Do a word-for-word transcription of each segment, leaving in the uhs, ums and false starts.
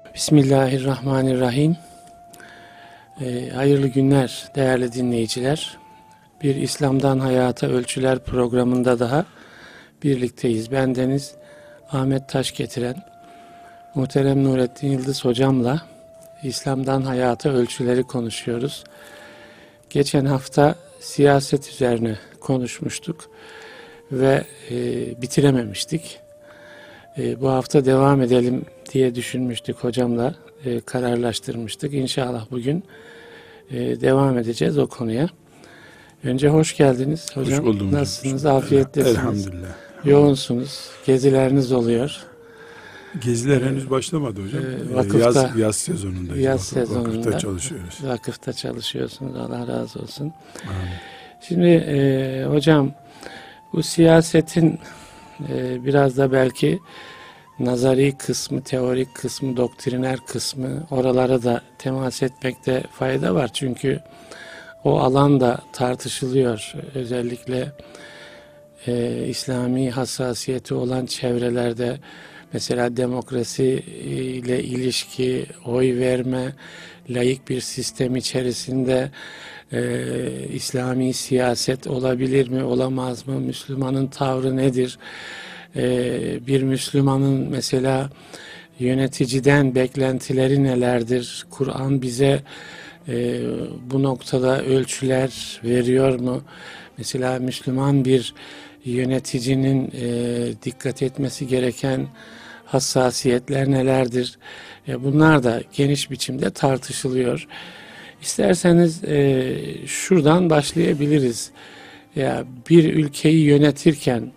Bismillahirrahmanirrahim. Ee, hayırlı günler değerli dinleyiciler. Bir İslam'dan Hayata Ölçüler programında daha birlikteyiz. Bendeniz Ahmet Taş getiren muhterem Nurettin Yıldız hocamla İslam'dan Hayata Ölçüleri konuşuyoruz. Geçen hafta siyaset üzerine konuşmuştuk ve e, bitirememiştik. E, bu hafta devam edelim diye düşünmüştük hocamla, e, kararlaştırmıştık. İnşallah bugün e, devam edeceğiz o konuya. Önce hoş geldiniz hocam. Hoş buldum. Nasılsınız? Afiyettesiniz. Elhamdülillah. Yoğunsunuz. Gezileriniz oluyor. Geziler henüz başlamadı hocam. Ee, vakıfta, yaz, yaz sezonundayız. Yaz Vakıf, sezonunda. Vakıfta çalışıyoruz. Vakıfta çalışıyorsunuz. Allah razı olsun. Amin. Şimdi e, hocam bu siyasetin e, biraz da belki nazari kısmı, teorik kısmı, doktriner kısmı, oralara da temas etmekte fayda var. Çünkü o alan da tartışılıyor. Özellikle e, İslami hassasiyeti olan çevrelerde, mesela demokrasi ile ilişki, oy verme, laik bir sistem içerisinde e, İslami siyaset olabilir mi, olamaz mı? Müslümanın tavrı nedir? E, bir Müslümanın mesela yöneticiden beklentileri nelerdir? Kur'an bize e, bu noktada ölçüler veriyor mu? Mesela Müslüman bir yöneticinin e, dikkat etmesi gereken hassasiyetler nelerdir? E, bunlar da geniş biçimde tartışılıyor. İsterseniz e, şuradan başlayabiliriz. Ya bir ülkeyi yönetirken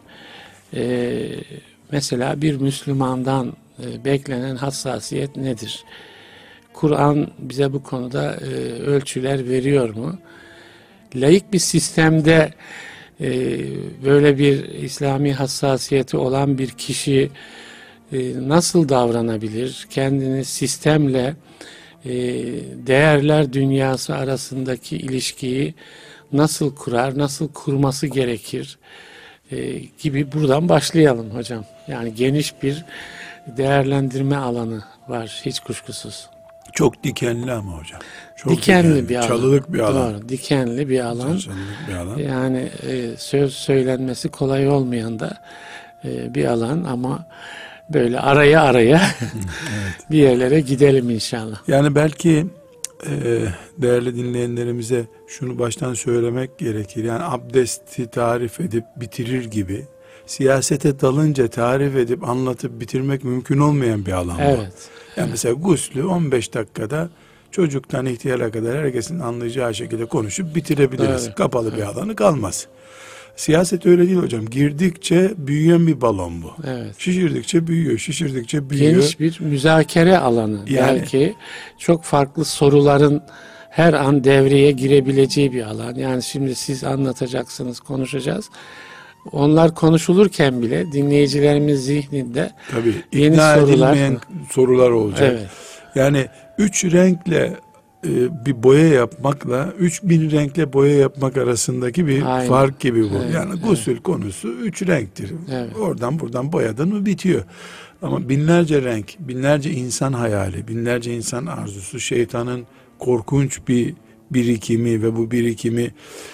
e, mesela bir Müslümandan e, beklenen hassasiyet nedir? Kur'an bize bu konuda e, ölçüler veriyor mu? Laik bir sistemde e, böyle bir İslami hassasiyeti olan bir kişi e, nasıl davranabilir? Kendini sistemle e, değerler dünyası arasındaki ilişkiyi nasıl kurar, nasıl kurması gerekir e, gibi buradan başlayalım hocam. Yani geniş bir değerlendirme alanı var hiç kuşkusuz. Çok dikenli ama hocam. Çok dikenli, dikenli bir alan. Çalılık bir alan. Doğru, dikenli bir alan. Çalılık bir alan. Yani e, söz söylenmesi kolay olmayan da e, bir alan ama böyle araya araya evet. Bir yerlere gidelim inşallah. Yani belki e, değerli dinleyenlerimize şunu baştan söylemek gerekir. Yani abdesti tarif edip bitirir gibi siyasete dalınca tarif edip anlatıp bitirmek mümkün olmayan bir alan bu. Evet. Yani mesela guslü on beş dakikada çocuktan ihtiyara kadar herkesin anlayacağı şekilde konuşup bitirebiliriz. Evet. Kapalı evet. bir alanı kalmaz. Siyaset öyle değil hocam. Girdikçe büyüyen bir balon bu. Evet. Şişirdikçe büyüyor, şişirdikçe büyüyor. Geniş bir müzakere alanı. Yani, belki çok farklı soruların her an devreye girebileceği bir alan. Yani şimdi siz anlatacaksınız, konuşacağız. Onlar konuşulurken bile dinleyicilerimiz zihninde tabii, yeni ikna sorular edilmeyen sorular olacak. Evet. Yani üç renkle e, bir boya yapmakla üç bin renkle boya yapmak arasındaki bir Aynen. fark gibi bu. Evet, yani gusül evet. konusu üç renktir. Evet. Oradan buradan boyadın mı bitiyor. Ama binlerce renk, binlerce insan hayali, binlerce insan arzusu, şeytanın korkunç bir birikimi ve bu birikimi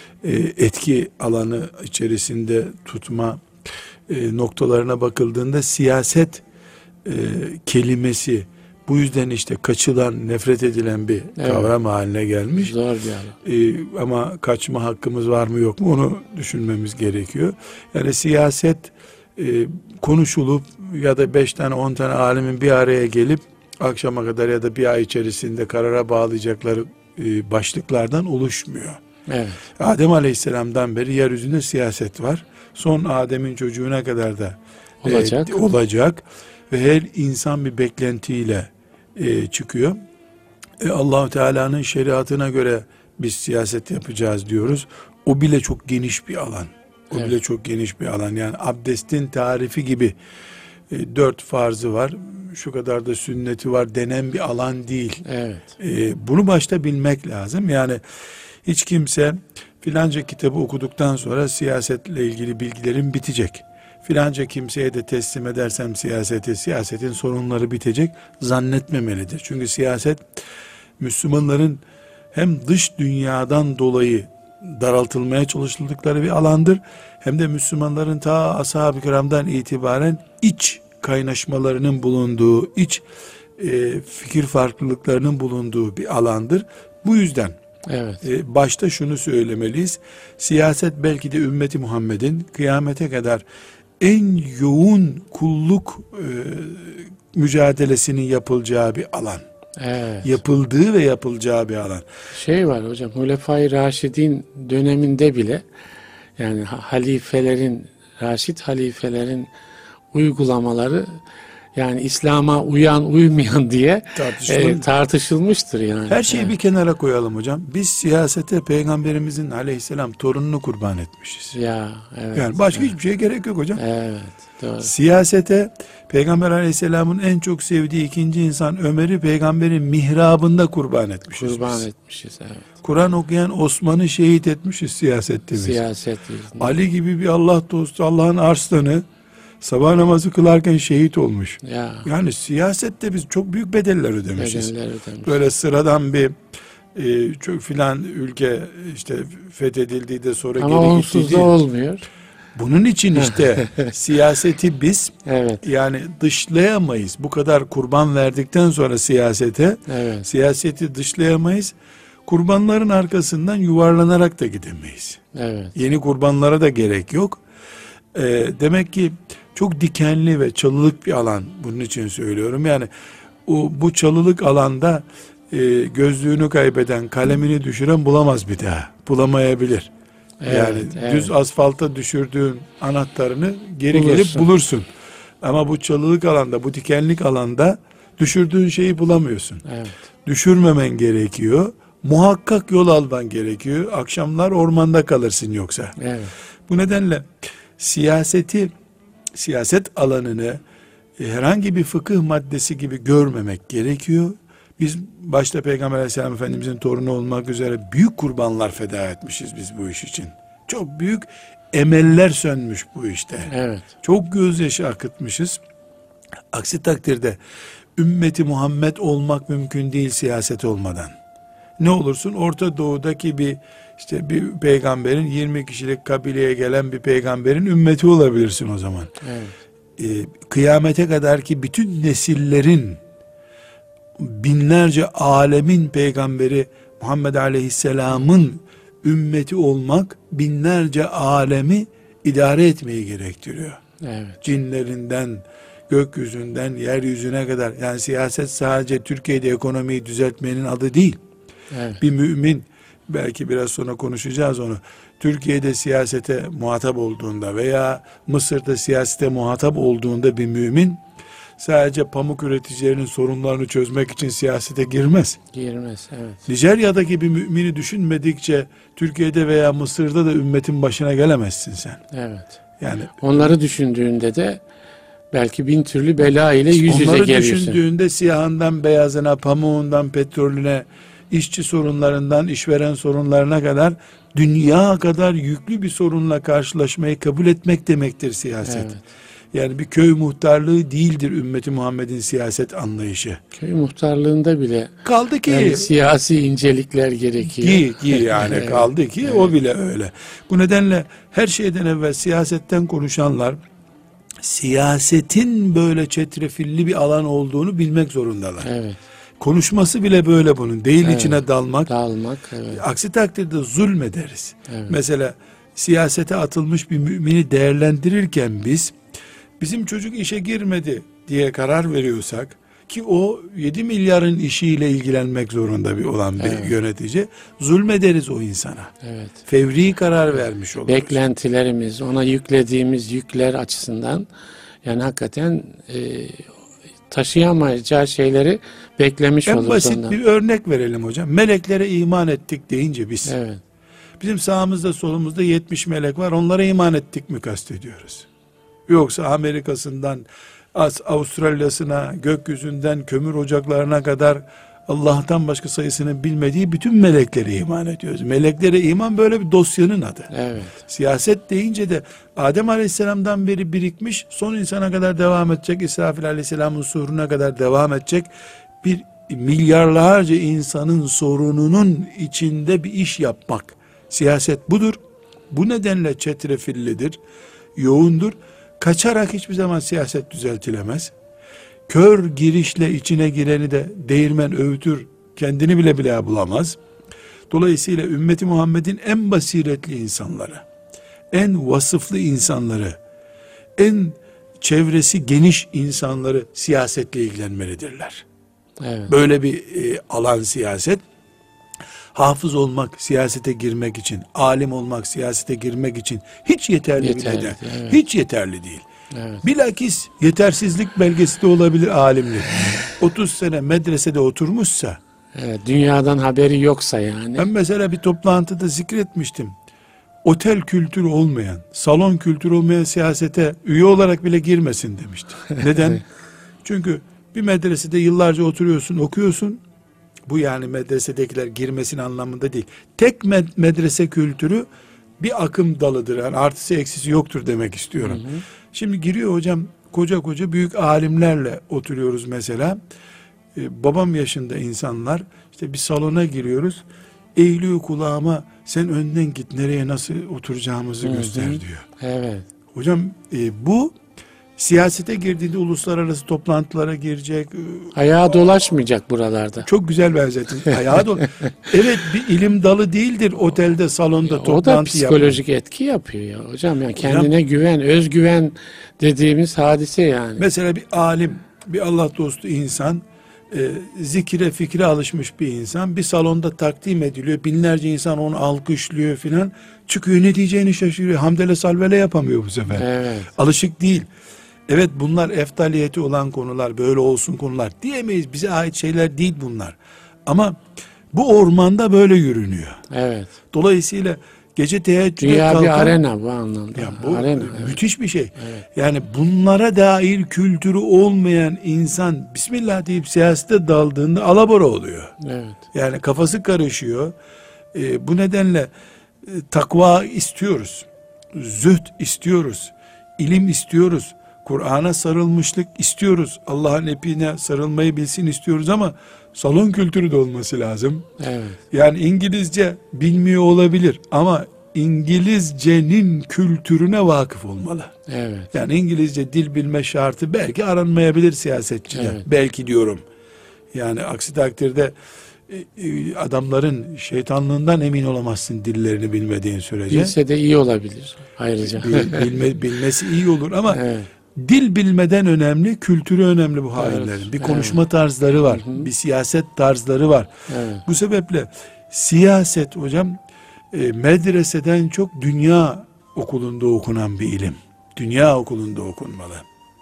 etki alanı içerisinde tutma noktalarına bakıldığında siyaset kelimesi bu yüzden işte kaçılan, nefret edilen bir evet. kavram haline gelmiş. Zor bir alan. Ama kaçma hakkımız var mı yok mu onu düşünmemiz gerekiyor. Yani siyaset konuşulup ya da beş tane on tane alimin bir araya gelip akşama kadar ya da bir ay içerisinde karara bağlayacakları başlıklardan oluşmuyor. Evet. Adem Aleyhisselam'dan beri yeryüzünde siyaset var. Son Adem'in çocuğuna kadar da olacak. E, olacak. Ve her insan bir beklentiyle e, çıkıyor. E, Allah-u Teala'nın şeriatına göre biz siyaset yapacağız diyoruz. O bile çok geniş bir alan. O evet. bile çok geniş bir alan. Yani abdestin tarifi gibi e, dört farzı var. Şu kadar da sünneti var denen bir alan değil. Evet. E, bunu başta bilmek lazım. Yani hiç kimse filanca kitabı okuduktan sonra siyasetle ilgili bilgilerin bitecek. filanca kimseye de teslim edersem siyaseti, siyasetin sorunları bitecek zannetmemelidir. Çünkü siyaset Müslümanların hem dış dünyadan dolayı daraltılmaya çalışıldıkları bir alandır, hem de Müslümanların ta ashab-ı kiramdan itibaren iç kaynaşmalarının bulunduğu, iç e, fikir farklılıklarının bulunduğu bir alandır. Bu yüzden evet. e, başta şunu söylemeliyiz: siyaset belki de ümmeti Muhammed'in kıyamete kadar en yoğun kulluk e, mücadelesinin yapılacağı bir alan. Evet. Yapıldığı ve yapılacağı bir alan. Şey var hocam, Hulefai Raşidin döneminde bile, yani halifelerin, Raşid halifelerin uygulamaları, yani İslam'a uyan uйmayan diye e, tartışılmıştır yani. Her şeyi evet. bir kenara koyalım hocam. Biz siyasete Peygamberimizin aleyhisselam torununu kurban etmişiz. Ya, evet, yani başka evet. hiçbir şeye gerek yok hocam. Evet, doğru. Siyasete Peygamber aleyhisselamın en çok sevdiği ikinci insan Ömer'i Peygamberin mihrabında kurban etmişiz. Kurban biz. etmişiz, evet. Kur'an okuyan Osman'ı şehit etmişiz siyasette biz. Siyaset yüzünden. Ali gibi bir Allah dostu, Allah'ın arslanı sabah namazı kılarken şehit olmuş. Ya. Yani siyasette biz çok büyük bedeller ödemişiz. Bedeller ödemişiz. Böyle sıradan bir e, çok filan ülke işte fethedildiği de sonra ama geri onsuz gittiği da olmuyor. Bunun için işte siyaseti biz evet. yani dışlayamayız. Bu kadar kurban verdikten sonra siyasete, evet. siyaseti dışlayamayız. Kurbanların arkasından yuvarlanarak da gidemeyiz. Evet. Yeni kurbanlara da gerek yok. E, demek ki çok dikenli ve çalılık bir alan, bunun için söylüyorum. Yani o, bu çalılık alanda e, gözlüğünü kaybeden, kalemini düşüren bulamaz bir daha. Bulamayabilir. Evet, yani evet. düz asfalta düşürdüğün anahtarını geri Bulursun. gelip bulursun. Ama bu çalılık alanda, bu dikenlik alanda düşürdüğün şeyi bulamıyorsun. Evet. Düşürmemen gerekiyor. Muhakkak yol alman gerekiyor. Akşamlar ormanda kalırsın yoksa. Evet. Bu nedenle siyaseti, siyaset alanını e, herhangi bir fıkıh maddesi gibi görmemek gerekiyor. Biz başta Peygamber Aleyhisselam Efendimizin torunu olmak üzere büyük kurbanlar feda etmişiz biz bu iş için. Çok büyük emeller sönmüş bu işte. Evet. Çok gözyaşı akıtmışız. Aksi takdirde ümmeti Muhammed olmak mümkün değil siyaset olmadan. Ne olursun Orta Doğu'daki bir işte bir peygamberin yirmi kişilik kabileye gelen bir peygamberin ümmeti olabilirsin o zaman. Evet. Ee, kıyamete kadar ki bütün nesillerin, binlerce alemin peygamberi Muhammed Aleyhisselam'ın ümmeti olmak binlerce alemi idare etmeyi gerektiriyor. Evet. Cinlerinden, gökyüzünden, yeryüzüne kadar. Yani siyaset sadece Türkiye'de ekonomiyi düzeltmenin adı değil. Evet. Bir mümin, belki biraz sonra konuşacağız onu, Türkiye'de siyasete muhatap olduğunda veya Mısır'da siyasete muhatap olduğunda bir mümin sadece pamuk üreticilerinin sorunlarını çözmek için siyasete girmez. Girmez, evet. Nijerya'daki bir mümini düşünmedikçe Türkiye'de veya Mısır'da da ümmetin başına gelemezsin sen. Evet. Yani onları düşündüğünde de belki bin türlü bela ile yüz yüze onları geliyorsun. düşündüğünde siyahından beyazına, pamuğundan petrolüne, işçi sorunlarından işveren sorunlarına kadar dünya kadar yüklü bir sorunla karşılaşmayı kabul etmek demektir siyaset. Evet. Yani bir köy muhtarlığı değildir ümmeti Muhammed'in siyaset anlayışı. Köy muhtarlığında bile Kaldı ki yani siyasi incelikler gerekiyor. Ki, ki yani evet. kaldı ki evet. o bile öyle. Bu nedenle her şeyden evvel siyasetten konuşanlar siyasetin böyle çetrefilli bir alan olduğunu bilmek zorundalar. Evet. Konuşması bile böyle bunun. Değil evet. içine dalmak. Dalmak. Evet. Aksi takdirde zulmederiz. Evet. Mesela siyasete atılmış bir mümini değerlendirirken biz bizim çocuk işe girmedi diye karar veriyorsak ki o yedi milyarın işiyle ilgilenmek zorunda bir olan bir evet. yönetici, zulmederiz o insana. Evet. Fevri karar vermiş oluruz. Beklentilerimiz, ona yüklediğimiz yükler açısından yani hakikaten e, taşıyamayacağı şeyleri beklemiş en oluruz. En basit ondan. bir örnek verelim hocam. Meleklere iman ettik deyince biz. Evet. Bizim sağımızda solumuzda yetmiş melek var. Onlara iman ettik mi kastediyoruz? Yoksa Amerika'sından Avustralya'sına, gökyüzünden kömür ocaklarına kadar Allah'tan başka sayısını bilmediği bütün meleklere iman ediyoruz. Meleklere iman böyle bir dosyanın adı. Evet. Siyaset deyince de Adem Aleyhisselam'dan beri birikmiş, son insana kadar devam edecek, İsrafil Aleyhisselam'ın suruna kadar devam edecek bir milyarlarca insanın sorununun içinde bir iş yapmak. Siyaset budur. Bu nedenle çetrefillidir, yoğundur. Kaçarak hiçbir zaman siyaset düzeltilemez. Kör girişle içine gireni de değirmen öğütür, kendini bile bile bulamaz. Dolayısıyla ümmeti Muhammed'in en basiretli insanları, en vasıflı insanları, en çevresi geniş insanları siyasetle ilgilenmelidirler. Evet. Böyle bir e, alan siyaset. Hafız olmak, siyasete girmek için, alim olmak, siyasete girmek için hiç yeterli, yeterli değil. Evet. Hiç yeterli değil. Evet. Bilakis yetersizlik belgesi de olabilir alimlik. otuz sene medresede oturmuşsa, evet, dünyadan haberi yoksa yani. Ben mesela bir toplantıda zikretmiştim. Otel kültürü olmayan, salon kültürü olmayan siyasete üye olarak bile girmesin demiştim. Neden? Çünkü bir medresede yıllarca oturuyorsun, okuyorsun. Bu yani medresedekiler girmesin anlamında değil. Tek med medrese kültürü bir akım dalıdır. Yani artısı eksisi yoktur demek istiyorum. Hı hı. Şimdi giriyor hocam, koca koca büyük alimlerle oturuyoruz mesela. Ee, babam yaşında insanlar, işte bir salona giriyoruz. Eğiliyor kulağıma, sen önden git, nereye nasıl oturacağımızı hı hı. göster diyor. Evet. Hocam e, bu siyasete girdiğinde uluslararası toplantılara girecek. Ayağa dolaşmayacak buralarda. Çok güzel benzettin. Ayağa dol. Evet, bir ilim dalı değildir otelde, salonda ya, toplantı yapmak. O da psikolojik yapmak. Etki yapıyor ya hocam. Yani kendine hocam, güven, özgüven dediğimiz hadise yani. Mesela bir alim, bir Allah dostu insan, e, zikire fikre alışmış bir insan bir salonda takdim ediliyor. Binlerce insan onu alkışlıyor filan. Çıkıyor, ne diyeceğini şaşırıyor. Hamdele salvele yapamıyor bu sefer. Evet. Alışık değil. Evet, bunlar eftaliyeti olan konular, böyle olsun konular diyemeyiz. Bize ait şeyler değil bunlar. Ama bu ormanda böyle yürünüyor. Evet. Dolayısıyla gece teheccüde Dünya kalkan, bir arena bu anlamda. Ya bu arena, müthiş evet. bir şey. Evet. Yani bunlara dair kültürü olmayan insan Bismillah deyip siyasete daldığında alabora oluyor. Evet. Yani kafası karışıyor. Ee, bu nedenle e, takva istiyoruz. Zühd istiyoruz. İlim istiyoruz. Kur'an'a sarılmışlık istiyoruz. Allah'ın ipine sarılmayı bilsin istiyoruz ama salon kültürü de olması lazım. Evet. Yani İngilizce bilmiyor olabilir ama İngilizcenin kültürüne vakıf olmalı. Evet. Yani İngilizce dil bilme şartı belki aranmayabilir siyasetçide. Evet. Belki diyorum. Yani aksi takdirde adamların şeytanlığından emin olamazsın dillerini bilmediğin sürece. Bilse de iyi olabilir ayrıca. Bil, bilme, bilmesi iyi olur ama evet. Dil bilmeden önemli, kültürü önemli bu hainlerin. Evet, bir konuşma evet. tarzları var, hı hı. bir siyaset tarzları var. Evet. Bu sebeple siyaset hocam e, medreseden çok dünya okulunda okunan bir ilim. Dünya okulunda okunmalı.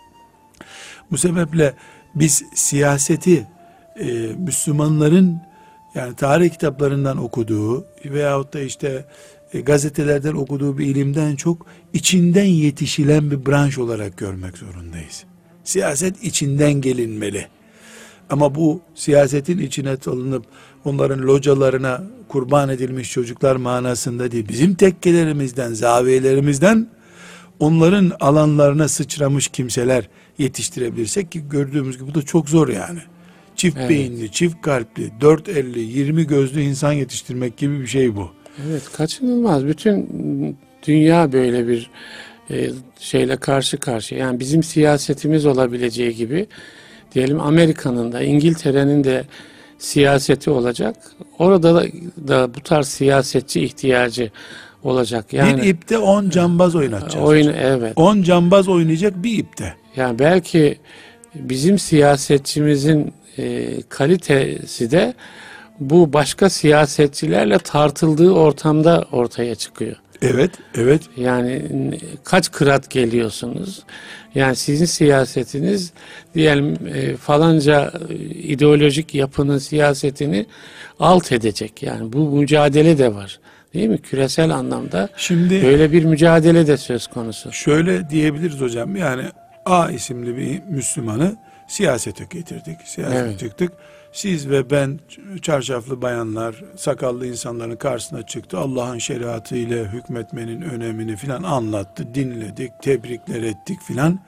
Bu sebeple biz siyaseti e, Müslümanların yani tarih kitaplarından okuduğu veyahut da işte e, gazetelerden okuduğu bir ilimden çok içinden yetişilen bir branş olarak görmek zorundayız. Siyaset içinden gelinmeli. Ama bu siyasetin içine alınıp onların localarına kurban edilmiş çocuklar manasında değil. Bizim tekkelerimizden, zaviyelerimizden onların alanlarına sıçramış kimseler yetiştirebilirsek ki gördüğümüz gibi bu da çok zor yani. Çift evet. beyinli, çift kalpli, dört elli, yirmi gözlü insan yetiştirmek gibi bir şey bu. Evet, kaçınılmaz. Bütün dünya böyle bir e, şeyle karşı karşıya. Yani bizim siyasetimiz olabileceği gibi diyelim Amerika'nın da İngiltere'nin de siyaseti olacak. Orada da, da bu tarz siyasetçi ihtiyacı olacak. Yani bir ipte on cambaz oynatacağız. Oyun, evet. on cambaz oynayacak bir ipte. Yani belki bizim siyasetçimizin e, kalitesi de bu başka siyasetçilerle tartıldığı ortamda ortaya çıkıyor. Evet, evet. Yani kaç kırat geliyorsunuz? Yani sizin siyasetiniz diyelim e, falanca ideolojik yapının siyasetini alt edecek. Yani bu mücadele de var. Değil mi? Küresel anlamda şimdi böyle bir mücadele de söz konusu. Şöyle diyebiliriz hocam. Yani A isimli bir Müslümanı Siyasete getirdik. Siyasete evet. çıktık. Siz ve ben, çarşaflı bayanlar, sakallı insanların karşısına çıktı. Allah'ın şeriatı ile hükmetmenin önemini filan anlattı. Dinledik, tebrikler ettik filan.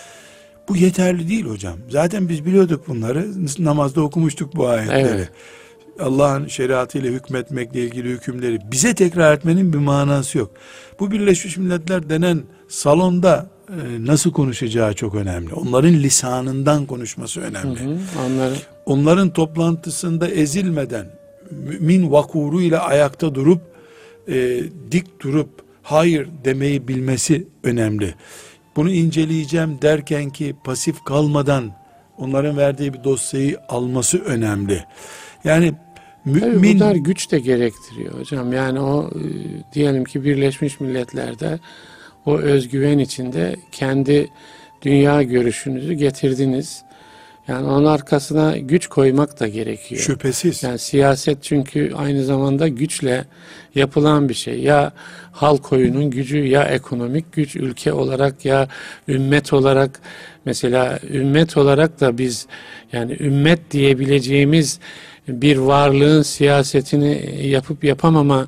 Bu yeterli değil hocam. Zaten biz biliyorduk bunları. Namazda okumuştuk bu ayetleri. Evet. Allah'ın şeriatıyla hükmetmekle ilgili hükümleri bize tekrar etmenin bir manası yok. Bu Birleşmiş Milletler denen salonda e, nasıl konuşacağı çok önemli. Onların lisanından konuşması önemli. Hı hı, onları... Onların toplantısında ezilmeden, mümin vakuruyla ayakta durup, e, dik durup hayır demeyi bilmesi önemli. Bunu inceleyeceğim derken ki pasif kalmadan onların verdiği bir dosyayı alması önemli. Yani mümin... Tabii bunlar güç de gerektiriyor hocam. Yani o e, diyelim ki Birleşmiş Milletler'de o özgüven içinde kendi dünya görüşünüzü getirdiniz. Yani onun arkasına güç koymak da gerekiyor. Şüphesiz. Yani siyaset çünkü aynı zamanda güçle yapılan bir şey. Ya halk oyunun gücü, ya ekonomik güç, ülke olarak ya ümmet olarak. Mesela ümmet olarak da biz yani ümmet diyebileceğimiz bir varlığın siyasetini yapıp yapamama,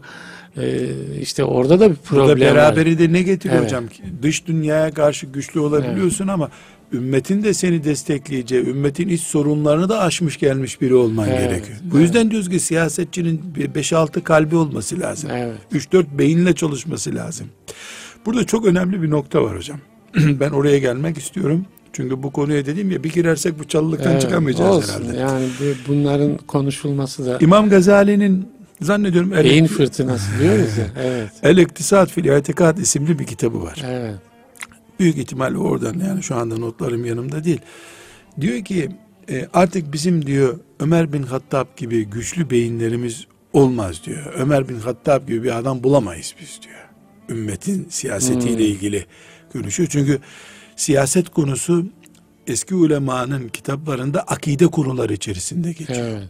işte orada da bir problem Burada beraberi var. de ne getiriyor evet. hocam? Dış dünyaya karşı güçlü olabiliyorsun evet. ama ümmetin de seni destekleyeceği, ümmetin iç sorunlarını da aşmış gelmiş biri olman evet. gerekiyor. Bu evet. yüzden diyoruz ki siyasetçinin beş altı kalbi olması lazım. Evet. üç dört beyinle çalışması lazım. Burada çok önemli bir nokta var hocam. Ben oraya gelmek istiyorum. Çünkü bu konuya dedim ya bir girersek bu çalılıktan evet, çıkamayacağız olsun. herhalde. Yani bunların konuşulması da. İmam Gazali'nin zannediyorum beyin el, fırtınası diyoruz ya. Evet. El İktisad fil İtikad isimli bir kitabı var. Evet. Büyük ihtimalle oradan, yani şu anda notlarım yanımda değil. Diyor ki artık bizim diyor Ömer bin Hattab gibi güçlü beyinlerimiz olmaz diyor. Ömer bin Hattab gibi bir adam bulamayız biz diyor. Ümmetin siyasetiyle hmm. ilgili görüşüyor. Çünkü siyaset konusu eski ulemanın kitaplarında akide konuları içerisinde geçiyor. Evet.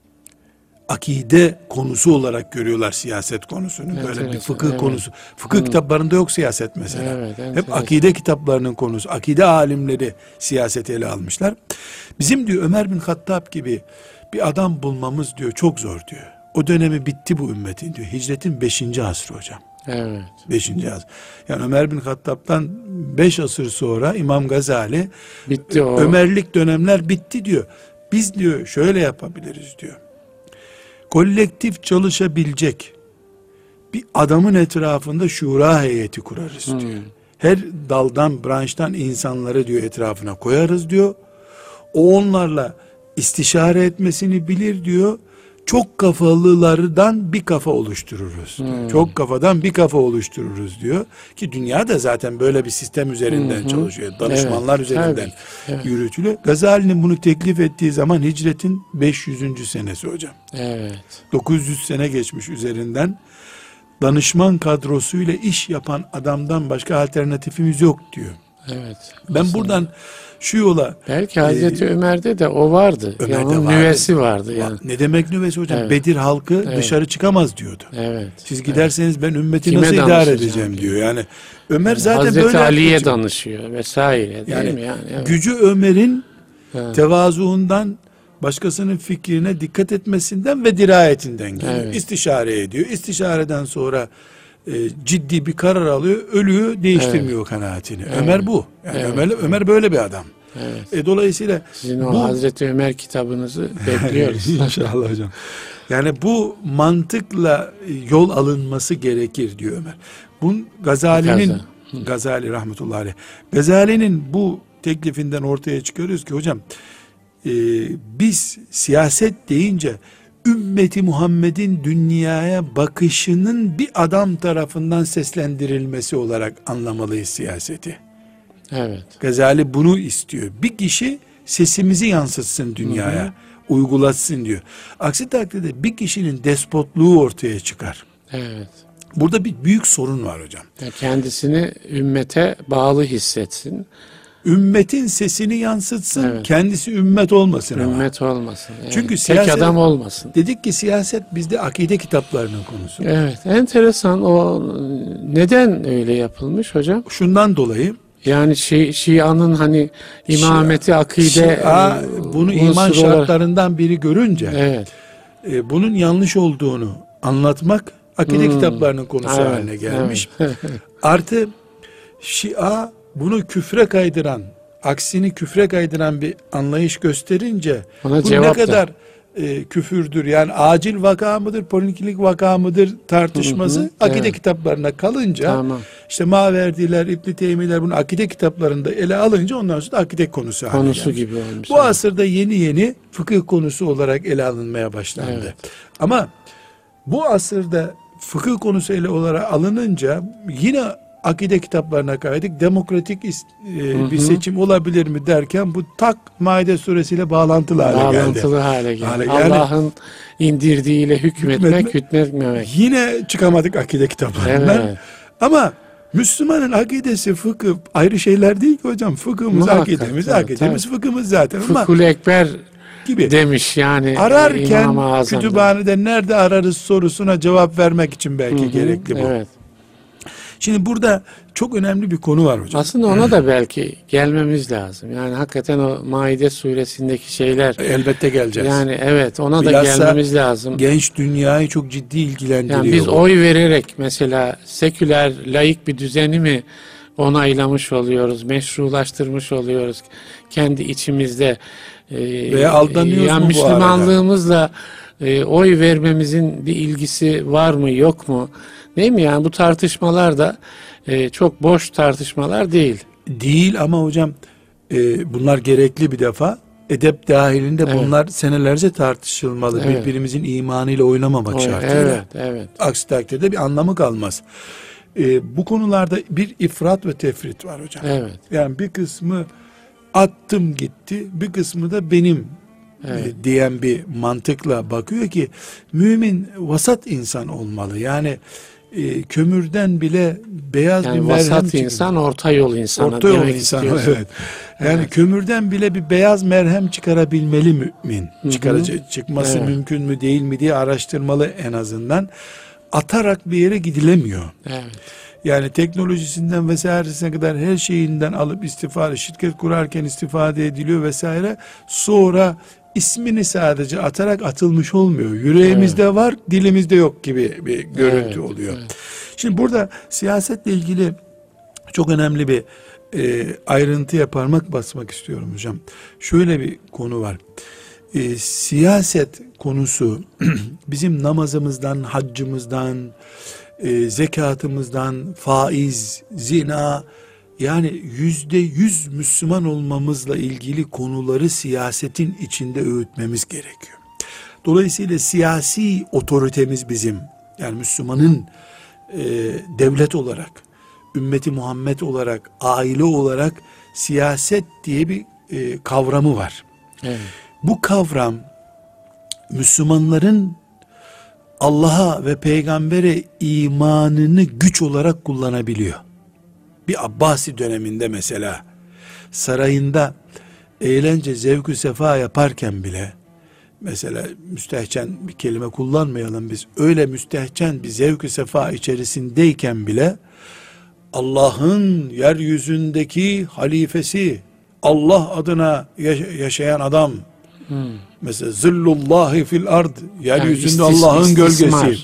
Akide konusu olarak görüyorlar siyaset konusunu. Evet, böyle evet, bir fıkıh evet. konusu. Fıkıh hmm. kitaplarında yok siyaset mesela. Evet, evet, Hep evet. akide kitaplarının konusu. Akide alimleri siyaseti ele almışlar. Bizim diyor Ömer bin Hattab gibi bir adam bulmamız diyor çok zor diyor. O dönemi bitti bu ümmetin diyor. Hicretin beşinci asrı hocam. Evet. beşinci asır. Yani Ömer bin Hattab'dan beş asır sonra İmam Gazali bitti o. Ömerlik dönemler bitti diyor. Biz diyor şöyle yapabiliriz diyor. Kolektif çalışabilecek bir adamın etrafında şura heyeti kurarız hmm. diyor. Her daldan, branştan insanları diyor etrafına koyarız diyor. O onlarla istişare etmesini bilir diyor. Çok kafalılardan bir kafa oluştururuz. Hmm. Çok kafadan bir kafa oluştururuz diyor. Ki dünya da zaten böyle bir sistem üzerinden hmm. çalışıyor. Danışmanlar evet. üzerinden evet. yürütülüyor. Gazali'nin bunu teklif ettiği zaman hicretin beş yüzüncü senesi hocam. Evet. dokuz yüz sene geçmiş üzerinden. Danışman kadrosuyla iş yapan adamdan başka alternatifimiz yok diyor. Evet. Ben aslında buradan şu yola... Belki Hazreti e, Ömer'de de o vardı. Ömer'de yani vardı. Nüvesi vardı. Yani. Ne demek nüvesi hocam? Evet. Bedir halkı evet. dışarı çıkamaz diyordu. Evet. Siz giderseniz evet. ben ümmeti Kime nasıl idare edeceğim diyor. diyor. Yani Ömer yani zaten Hazreti böyle... Hazreti Ali'ye danışıyor vesaire. Değil yani, mi yani? Evet. Gücü Ömer'in evet. tevazuundan, başkasının fikrine dikkat etmesinden ve dirayetinden geliyor. Evet. İstişare ediyor. İstişareden sonra e, ciddi bir karar alıyor. Ölüyor, değiştirmiyor evet. kanaatini. Evet. Ömer bu. Yani evet. Ömer, Ömer böyle bir adam. Evet. E, dolayısıyla sizin o bu, Hazreti Ömer kitabınızı bekliyoruz. İnşallah hocam. Yani bu mantıkla yol alınması gerekir diyor Ömer. Bunun Gazali'nin Gazali rahmetullahi aleyh. Gazali'nin bu teklifinden ortaya çıkarıyoruz ki hocam e, biz siyaset deyince ümmeti Muhammed'in dünyaya bakışının bir adam tarafından seslendirilmesi olarak anlamalıyız siyaseti. Evet. Gazali bunu istiyor. Bir kişi sesimizi yansıtsın dünyaya, hı hı. uygulatsın diyor. Aksi takdirde bir kişinin despotluğu ortaya çıkar. Evet. Burada bir büyük sorun var hocam. Kendisini ümmete bağlı hissetsin. Ümmetin sesini yansıtsın, evet. kendisi ümmet olmasın ama. Ümmet olmasın. Evet. Çünkü tek siyaset, adam olmasın. Dedik ki siyaset bizde akide kitaplarının konusu. Evet, enteresan o neden öyle yapılmış hocam? Şundan dolayı. Yani Şi, Şia'nın hani imameti, Şia, akide Şia, bunu iman şartlarından olarak biri görünce evet. e, bunun yanlış olduğunu anlatmak akide hmm. kitaplarının konusu evet, haline gelmiş. Evet. Artı Şia bunu küfre kaydıran, aksini küfre kaydıran bir anlayış gösterince ona bu ne kadar e, küfürdür, yani acil vaka mıdır, poliklinik vaka mıdır tartışması hı hı, akide evet. kitaplarına kalınca tamam. işte Maverdiler, İbn-i Teymiler bunu akide kitaplarında ele alınca ondan sonra akide konusu haline konusu gelmiş. gibi olmuş. Bu evet. asırda yeni yeni fıkıh konusu olarak ele alınmaya başlandı. Evet. Ama bu asırda fıkıh konusu ele olarak alınınca yine akide kitaplarına kaydık. Demokratik e, bir seçim olabilir mi derken bu tak Maide suresiyle bağlantılı hale bağlantılı geldi. Bağlantılı hale geldi. Yani, Allah'ın indirdiğiyle hükmetmek, hükmetmek, hükmetmemek. Yine çıkamadık akide kitaplarından. Evet. Ama Müslümanın akidesi, fıkıh ayrı şeyler değil ki hocam. Fıkhımız, muhakkak, akidemiz, evet, akidemiz, evet. fıkhımız zaten. Fıkhul ekber gibi demiş yani. Ararken kütüphanede nerede ararız sorusuna cevap vermek için belki hı hı, gerekli bu. Evet. Şimdi burada çok önemli bir konu var hocam. Aslında ona da belki gelmemiz lazım. Yani hakikaten o Maide suresindeki şeyler. Elbette geleceğiz. Yani evet, ona da Bilhassa gelmemiz lazım. Genç dünyayı çok ciddi ilgilendiriyor. Yani biz bu. oy vererek mesela seküler, laik bir düzeni mi onaylamış oluyoruz, meşrulaştırmış oluyoruz kendi içimizde. Veya aldanıyoruz yani mu bu arada? Müslümanlığımızla e, oy vermemizin bir ilgisi var mı, yok mu? Değil mi? Yani bu tartışmalar da e, çok boş tartışmalar değil. Değil ama hocam e, bunlar gerekli bir defa. Edep dahilinde evet. bunlar senelerce tartışılmalı. Evet. Birbirimizin imanıyla oynamamak evet, şartıyla. Evet, evet. Aksi takdirde bir anlamı kalmaz. E, bu konularda bir ifrat ve tefrit var hocam. Evet. Yani bir kısmı attım gitti, bir kısmı da benim evet. e, diyen bir mantıkla bakıyor ki mümin vasat insan olmalı. Yani e, kömürden bile beyaz yani bir merhem vasat çıkıyor. insan, orta yol insanı. Orta yol insanı evet. Yani evet. kömürden bile bir beyaz merhem çıkarabilmeli mümin. Çıkaracak, çıkması evet. mümkün mü değil mi diye araştırmalı en azından. Atarak bir yere gidilemiyor. Evet. Yani teknolojisinden vesairesine kadar her şeyinden alıp istifade, şirket kurarken istifade ediliyor vesaire. Sonra ismini sadece atarak atılmış olmuyor. Yüreğimizde evet. var, dilimizde yok gibi bir görüntü evet, oluyor. Evet. Şimdi burada siyasetle ilgili çok önemli bir e, ayrıntıya parmak basmak istiyorum hocam. Şöyle bir konu var. E, siyaset konusu bizim namazımızdan, haccımızdan, e, zekatımızdan, faiz, zina, yani yüzde yüz Müslüman olmamızla ilgili konuları siyasetin içinde öğütmemiz gerekiyor. Dolayısıyla siyasi otoritemiz bizim, yani Müslümanın e, devlet olarak, ümmeti Muhammed olarak, aile olarak siyaset diye bir e, kavramı var. Evet. Bu kavram Müslümanların Allah'a ve peygambere imanını güç olarak kullanabiliyor. Bir Abbasi döneminde mesela sarayında eğlence, zevk-ü sefa yaparken bile, mesela müstehcen bir kelime kullanmayalım biz, öyle müstehcen bir zevk-ü sefa içerisindeyken bile Allah'ın yeryüzündeki halifesi, Allah adına yaşayan adam, hmm. mesela zillullahi fil ard, yeryüzünde yani Allah'ın gölgesi.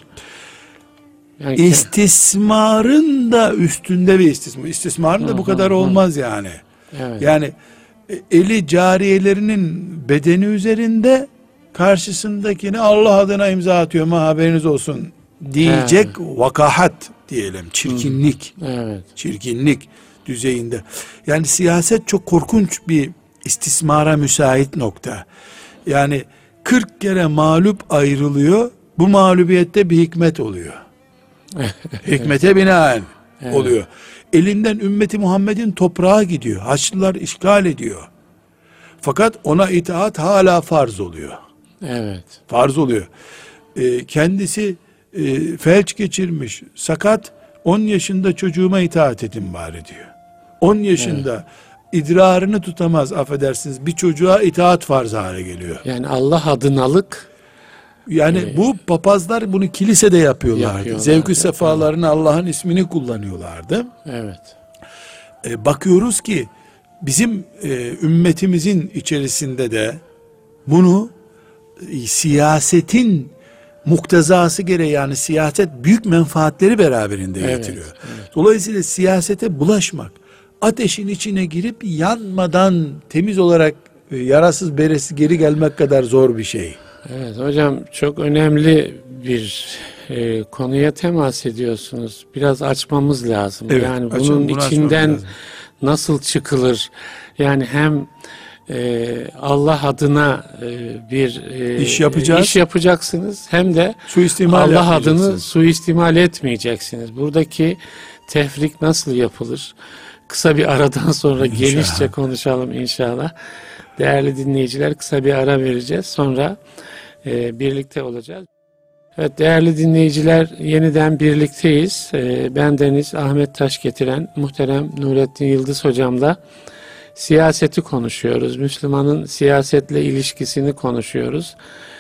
Yani istismarın da üstünde bir istismar. İstismarın da bu kadar olmaz yani. Evet. Yani eli cariyelerinin bedeni üzerinde, karşısındakine Allah adına imza atıyorum ha, haberiniz olsun diyecek evet. vakahat diyelim, çirkinlik. Evet. Çirkinlik düzeyinde. Yani siyaset çok korkunç bir istismara müsait nokta. Yani kırk kere mağlup ayrılıyor. Bu mağlubiyette bir hikmet oluyor. Hikmete binaen evet. oluyor. Elinden ümmeti Muhammed'in toprağı gidiyor. Haçlılar işgal ediyor. Fakat ona itaat hala farz oluyor. Evet. Farz oluyor. Ee, kendisi e, felç geçirmiş, sakat, on yaşında çocuğuma itaat edin bari diyor. on yaşında evet. idrarını tutamaz, affedersiniz, bir çocuğa itaat farz hale geliyor. Yani Allah adınalık. Yani ee, bu papazlar bunu kilisede yapıyorlardı. Zevk-ü sefalarını, Allah'ın ismini kullanıyorlardı. Evet. e, bakıyoruz ki bizim e, ümmetimizin içerisinde de bunu e, siyasetin muktezası gereği, yani siyaset büyük menfaatleri beraberinde evet, getiriyor. Evet. Dolayısıyla siyasete bulaşmak, ateşin içine girip yanmadan temiz olarak e, yarasız beresiz geri gelmek kadar zor bir şey. Evet hocam, çok önemli bir e, konuya temas ediyorsunuz. Biraz açmamız lazım. Evet, yani bunun açalım, içinden nasıl çıkılır? Yani hem e, Allah adına e, bir e, iş yapacağız, iş yapacaksınız, hem de suistimal Allah adını suistimal etmeyeceksiniz. Buradaki tefrik nasıl yapılır? Kısa bir aradan sonra İnşallah. genişçe konuşalım inşallah. Değerli dinleyiciler, kısa bir ara vereceğiz. Sonra e, birlikte olacağız. Evet değerli dinleyiciler, yeniden birlikteyiz. E, ben Deniz Ahmet Taşgetiren, muhterem Nurettin Yıldız hocamla siyaseti konuşuyoruz. Müslümanın siyasetle ilişkisini konuşuyoruz.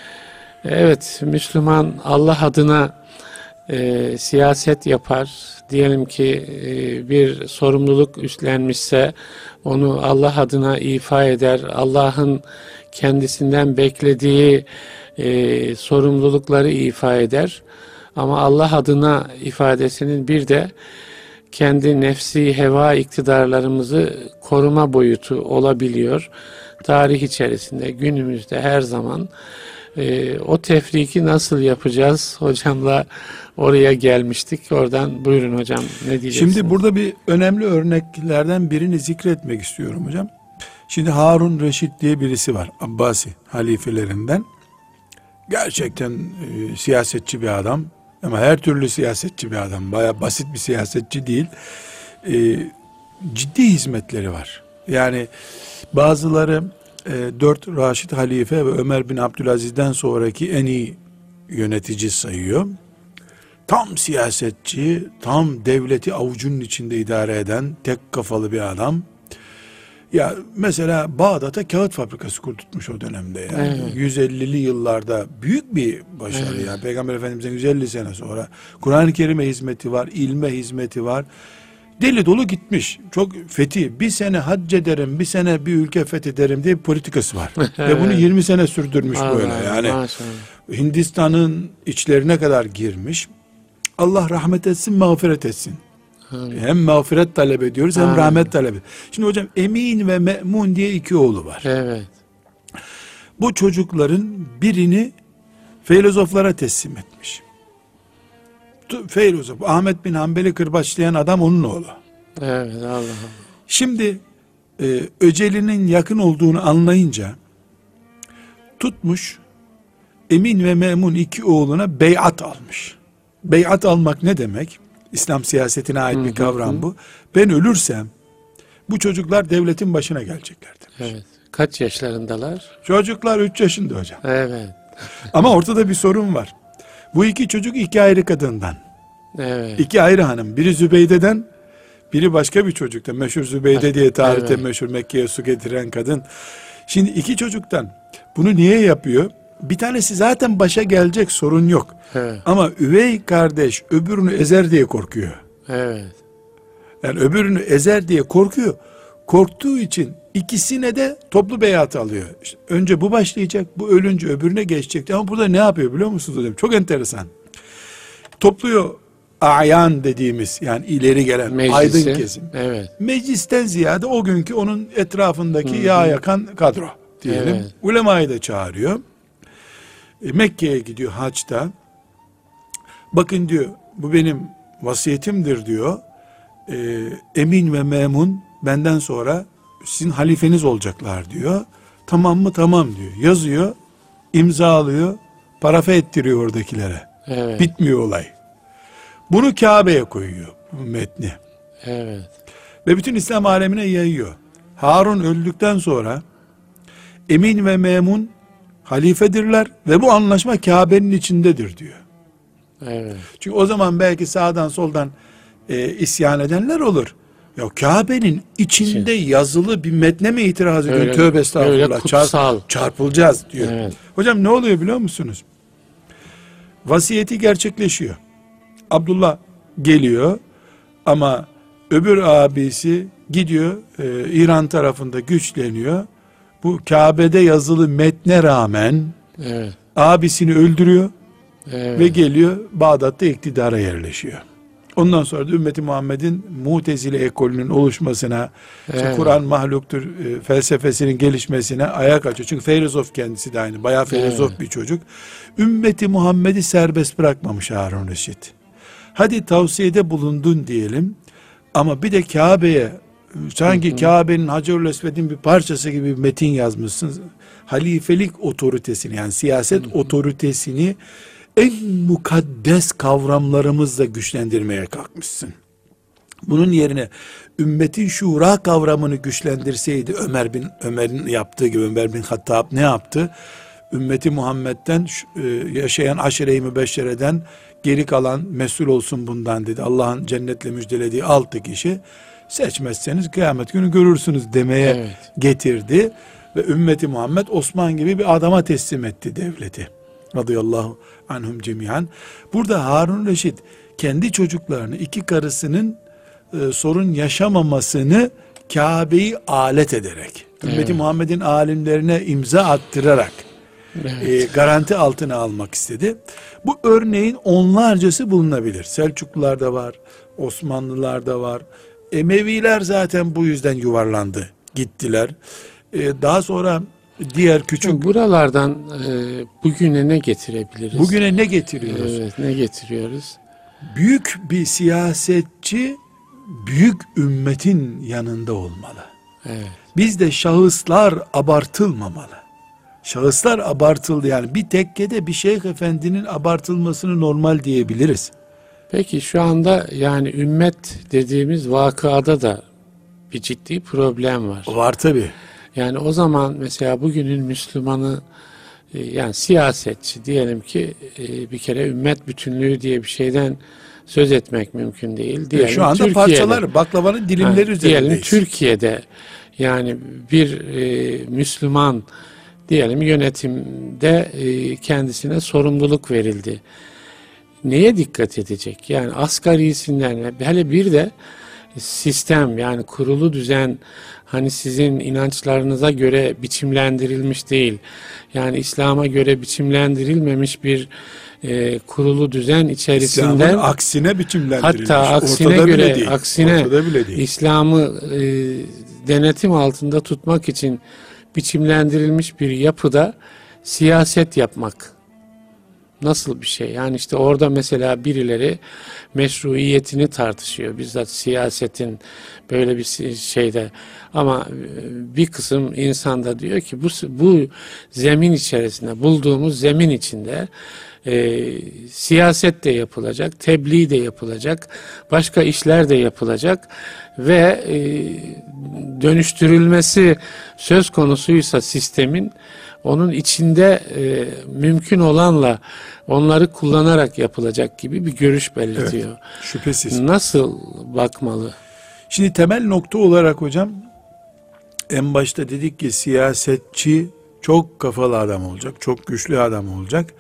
Evet, Müslüman Allah adına e, siyaset yapar. Diyelim ki e, bir sorumluluk üstlenmişse onu Allah adına ifa eder. Allah'ın kendisinden beklediği e, sorumlulukları ifa eder. Ama Allah adına ifadesinin bir de kendi nefsi heva iktidarlarımızı koruma boyutu olabiliyor. Tarih içerisinde, günümüzde her zaman e, o tefriki nasıl yapacağız? Hocamla oraya gelmiştik. Oradan buyurun hocam, ne diyeceksiniz? Şimdi burada bir önemli örneklerden birini zikretmek istiyorum hocam. Şimdi Harun Reşit diye birisi var, Abbasi halifelerinden. Gerçekten e, siyasetçi bir adam. Ama her türlü siyasetçi bir adam. Bayağı basit bir siyasetçi değil. Ee, ciddi hizmetleri var. Yani bazıları e, dört Raşid halife ve Ömer bin Abdülaziz'den sonraki en iyi yönetici sayıyor. Tam siyasetçi, tam devleti avucunun içinde idare eden tek kafalı bir adam. Ya mesela Bağdat'a kağıt fabrikası kurdurtmuş o dönemde yani. Evet. yüz ellili yıllarda büyük bir başarı evet. ya. Peygamber Efendimiz'in yüz elli sene sonra Kur'an-ı Kerim'e hizmeti var, ilme hizmeti var. Deli dolu gitmiş. Çok fethi. Bir sene hac ederim, bir sene bir ülke fethederim diye bir politikası var. Evet. Ve bunu yirmi sene sürdürmüş Allah böyle yani. Maşallah. Hindistan'ın içlerine kadar girmiş. Allah rahmet etsin, mağfiret etsin. Amin. Hem mağfiret talep ediyoruz hem Amin. rahmet talep ediyoruz. Şimdi hocam Emin ve Me'mun diye iki oğlu var. Evet. Bu çocukların birini filozoflara teslim etmiş. Filozof Ahmet bin Hanbel'i kırbaçlayan adam onun oğlu. Evet, Allah Allah. Şimdi e, öcelinin yakın olduğunu anlayınca tutmuş Emin ve Me'mun iki oğluna beyat almış. Beyat almak ne demek? İslam siyasetine ait bir kavram bu. Ben ölürsem bu çocuklar devletin başına gelecekler demiş. Evet. Kaç yaşlarındalar? Çocuklar üç yaşında hocam. Evet. Ama ortada bir sorun var. Bu iki çocuk iki ayrı kadından. Evet. İki ayrı hanım. Biri Zübeyde'den, biri başka bir çocuktan. Meşhur Zübeyde Baş- diye tarihte evet. meşhur, Mekke'ye su getiren kadın. Şimdi iki çocuktan bunu niye yapıyor? Bir tanesi zaten başa gelecek, sorun yok. Evet. Ama üvey kardeş öbürünü ezer diye korkuyor. Evet. Yani öbürünü ezer diye korkuyor. Korktuğu için ikisine de toplu beyat alıyor. İşte önce bu başlayacak, bu ölünce öbürüne geçecek. Ama burada ne yapıyor biliyor musunuz hocam? Çok enteresan. Topluyor ayan dediğimiz, yani ileri gelen Meclisi, aydın kesim. Evet. Meclisten ziyade o günkü onun etrafındaki Hı-hı. yağ yakan kadro diyelim. Evet. Ulemayı da çağırıyor. E, Mekke'ye gidiyor haçta. Bakın diyor, bu benim vasiyetimdir diyor. E, Emin ve Memun benden sonra sizin halifeniz olacaklar diyor. Tamam mı? Tamam diyor. Yazıyor, imzalıyor, parafe ettiriyor oradakilere. Evet. Bitmiyor olay. Bunu Kabe'ye koyuyor bu metni. Evet. Ve bütün İslam alemine yayıyor. Harun öldükten sonra Emin ve Memun halifedirler ve bu anlaşma Kabe'nin içindedir diyor. Evet. Çünkü o zaman belki sağdan soldan e, isyan edenler olur. Ya Kabe'nin içinde Şimdi, yazılı bir metne mi itiraz ediyor? Öyle, Tövbe estağfurullah. Çarp, çarpılacağız diyor. Evet. Hocam ne oluyor biliyor musunuz? Vasiyeti gerçekleşiyor. Abdullah geliyor ama öbür abisi gidiyor e, İran tarafında güçleniyor. Bu Kabe'de yazılı metne rağmen evet. abisini öldürüyor evet. ve geliyor Bağdat'ta iktidara yerleşiyor. Ondan sonra da ümmeti Muhammed'in Mu'tezile ekolünün oluşmasına, evet. işte Kur'an mahluktur e, felsefesinin gelişmesine ayak açıyor. Çünkü filozof kendisi de aynı. Bayağı filozof evet. bir çocuk. Ümmeti Muhammed'i serbest bırakmamış Harun Reşit. Hadi tavsiyede bulundun diyelim. Ama bir de Kabe'ye sanki Kabe'nin Hacerül Esved'in bir parçası gibi bir metin yazmışsın. Halifelik otoritesini yani siyaset hı hı. otoritesini en mukaddes kavramlarımızla güçlendirmeye kalkmışsın. Bunun yerine ümmetin şura kavramını güçlendirseydi Ömer bin Ömer'in yaptığı gibi Ömer bin Hattab ne yaptı? Ümmeti Muhammed'den yaşayan aşire-i mübeşşereden geri kalan mesul olsun bundan dedi. Allah'ın cennetle müjdelediği altı kişi seçmezseniz kıyamet günü görürsünüz demeye evet. getirdi. Ve ümmeti Muhammed Osman gibi bir adama teslim etti devleti. Radıyallahu anhum cemiyan. Burada Harun Reşit kendi çocuklarını, iki karısının e, sorun yaşamamasını Kabe'yi alet ederek, evet. ümmeti Muhammed'in alimlerine imza attırarak evet. e, garanti altına almak istedi. Bu örneğin onlarcası bulunabilir. Selçuklular da var, Osmanlılar da var. Emeviler zaten bu yüzden yuvarlandı, gittiler. Ee, daha sonra diğer küçük... Buralardan e, bugüne ne getirebiliriz? Bugüne ne getiriyoruz? Evet, ne getiriyoruz? Büyük bir siyasetçi, büyük ümmetin yanında olmalı. Evet. Bizde şahıslar abartılmamalı. Şahıslar abartıldı, yani bir tekkede bir şeyh efendinin abartılmasını normal diyebiliriz. Peki şu anda yani ümmet dediğimiz vakada da bir ciddi problem var. Var tabii. Yani o zaman mesela bugünün Müslümanı yani siyasetçi diyelim ki bir kere ümmet bütünlüğü diye bir şeyden söz etmek mümkün değil. Diyelim, şu anda Türkiye'de, parçalar baklavanın dilimleri yani, üzerindeyiz. Diyelim Türkiye'de yani bir e, Müslüman diyelim yönetimde e, kendisine sorumluluk verildi. Neye dikkat edecek? Yani asgarisinden hele bir de sistem yani kurulu düzen hani sizin inançlarınıza göre biçimlendirilmiş değil. Yani İslam'a göre biçimlendirilmemiş bir e, kurulu düzen içerisinde İslam'ın aksine biçimlendirilmiş. Hatta aksine ortada göre bile değil. aksine İslam'ı e, denetim altında tutmak için biçimlendirilmiş bir yapıda siyaset yapmak nasıl bir şey? Yani işte orada mesela birileri meşruiyetini tartışıyor. Bizzat siyasetin böyle bir şeyde. Ama bir kısım insan da diyor ki bu, bu zemin içerisinde, bulduğumuz zemin içinde e, siyaset de yapılacak, tebliğ de yapılacak, başka işler de yapılacak ve e, dönüştürülmesi söz konusuysa sistemin onun içinde e, mümkün olanla onları kullanarak yapılacak gibi bir görüş belirtiyor. Evet, şüphesiz. Nasıl bakmalı? Şimdi temel nokta olarak hocam en başta dedik ki siyasetçi çok kafalı adam olacak, çok güçlü adam olacak.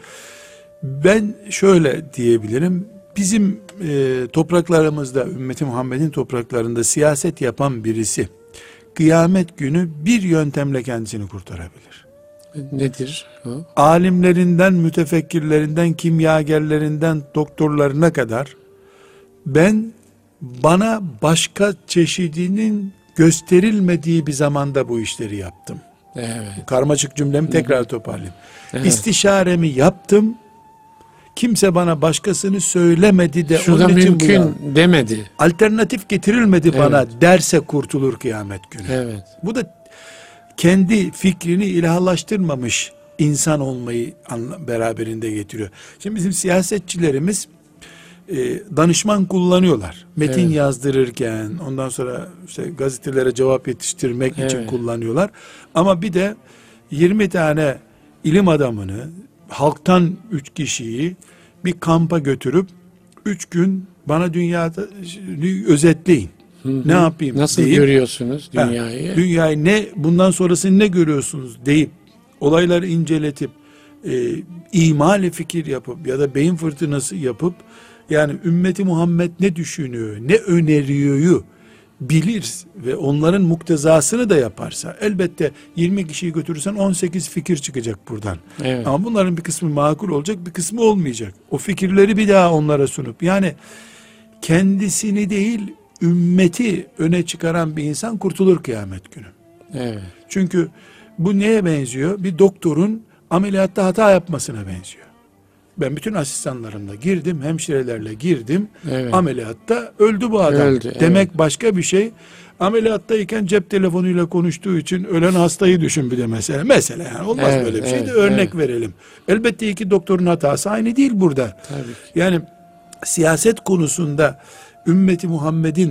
Ben şöyle diyebilirim. Bizim e, topraklarımızda, ümmeti Muhammed'in topraklarında siyaset yapan birisi kıyamet günü bir yöntemle kendisini kurtarabilir. Nedir o? Alimlerinden, mütefekkirlerinden, kimyagerlerinden, doktorlarına kadar ben bana başka çeşidinin gösterilmediği bir zamanda bu işleri yaptım. Evet. Karmaşık cümlemi tekrar toparlayayım. Evet. İstişaremi yaptım. Kimse bana başkasını söylemedi de şurada onun için mümkün demedi. Alternatif getirilmedi evet. bana derse kurtulur kıyamet günü. Evet. Bu da kendi fikrini ilahlaştırmamış insan olmayı beraberinde getiriyor. Şimdi bizim siyasetçilerimiz e, danışman kullanıyorlar. Metin evet. yazdırırken, ondan sonra işte gazetelere cevap yetiştirmek evet. için kullanıyorlar. Ama bir de yirmi tane ilim adamını, halktan üç kişiyi bir kampa götürüp üç gün bana dünyada özetleyin. Hı hı. Ne yapayım? Nasıl deyip, görüyorsunuz dünyayı? Ha, dünyayı ne, bundan sonrasını ne görüyorsunuz deyip, olayları inceletip, e, imali fikir yapıp ya da beyin fırtınası yapıp, yani ümmeti Muhammed ne düşünüyor, ne öneriyoryu bilir ve onların muktezasını da yaparsa, elbette yirmi kişiyi götürürsen on sekiz fikir çıkacak buradan. Evet. Ama bunların bir kısmı makul olacak, bir kısmı olmayacak. O fikirleri bir daha onlara sunup, yani kendisini değil ümmeti öne çıkaran bir insan kurtulur kıyamet günü. Evet. Çünkü bu neye benziyor? Bir doktorun ameliyatta hata yapmasına benziyor. Ben bütün asistanlarımla girdim, hemşirelerle girdim. Evet. Ameliyatta öldü bu adam. Öldü, demek evet. Başka bir şey. Ameliyattayken cep telefonuyla konuştuğu için ölen hastayı düşün bir de mesela. Mesela yani olmaz evet, böyle bir şey de evet, örnek evet. verelim. Elbette iki doktorun hatası aynı değil burada. Tabii. Yani siyaset konusunda ümmeti Muhammed'in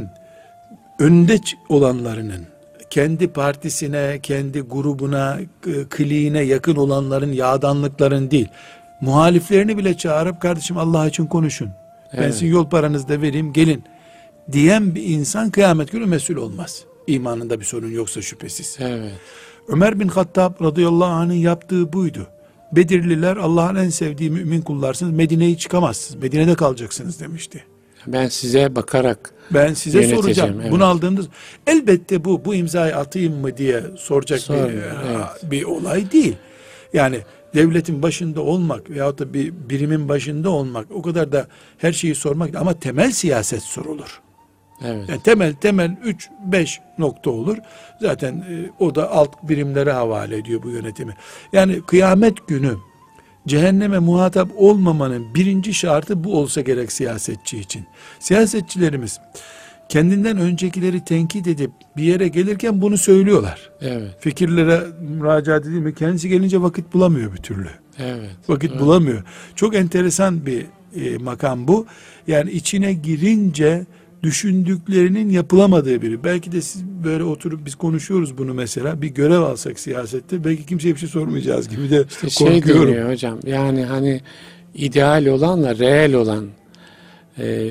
önde olanlarının, kendi partisine, kendi grubuna, kliğine yakın olanların yağdanlıkların değil, muhaliflerini bile çağırıp kardeşim Allah için konuşun. Evet. Ben sizin yol paranızı da vereyim gelin diyen bir insan kıyamet günü mesul olmaz. İmanında bir sorun yoksa şüphesiz. Evet. Ömer bin Hattab radıyallahu anh'ın yaptığı buydu. Bedirliler Allah'ın en sevdiği mümin kullarsınız. Medine'yi çıkamazsınız. Medine'de kalacaksınız demişti. Ben size bakarak ben size soracağım. Evet. Bunu aldığınız elbette bu bu imzayı atayım mı diye soracak Sor, bir, evet. bir olay değil. Yani devletin başında olmak veyahut da bir birimin başında olmak o kadar da her şeyi sormak ama temel siyaset sorulur. Evet. Yani temel temel üç beş nokta olur. Zaten e, o da alt birimlere havale ediyor bu yönetimi. Yani kıyamet günü cehenneme muhatap olmamanın birinci şartı bu olsa gerek siyasetçi için. Siyasetçilerimiz kendinden öncekileri tenkit edip bir yere gelirken bunu söylüyorlar. Evet. Fikirlere müracaat edilmiyor mi? Kendisi gelince vakit bulamıyor bir türlü. Evet. Vakit evet. bulamıyor. Çok enteresan bir e, makam bu. Yani içine girince düşündüklerinin yapılamadığı biri. Belki de siz böyle oturup biz konuşuyoruz bunu mesela. Bir görev alsak siyasette belki kimseye bir şey sormayacağız gibi de işte korkuyorum. Şey deniyor hocam. Yani hani ideal olanla reel olan e,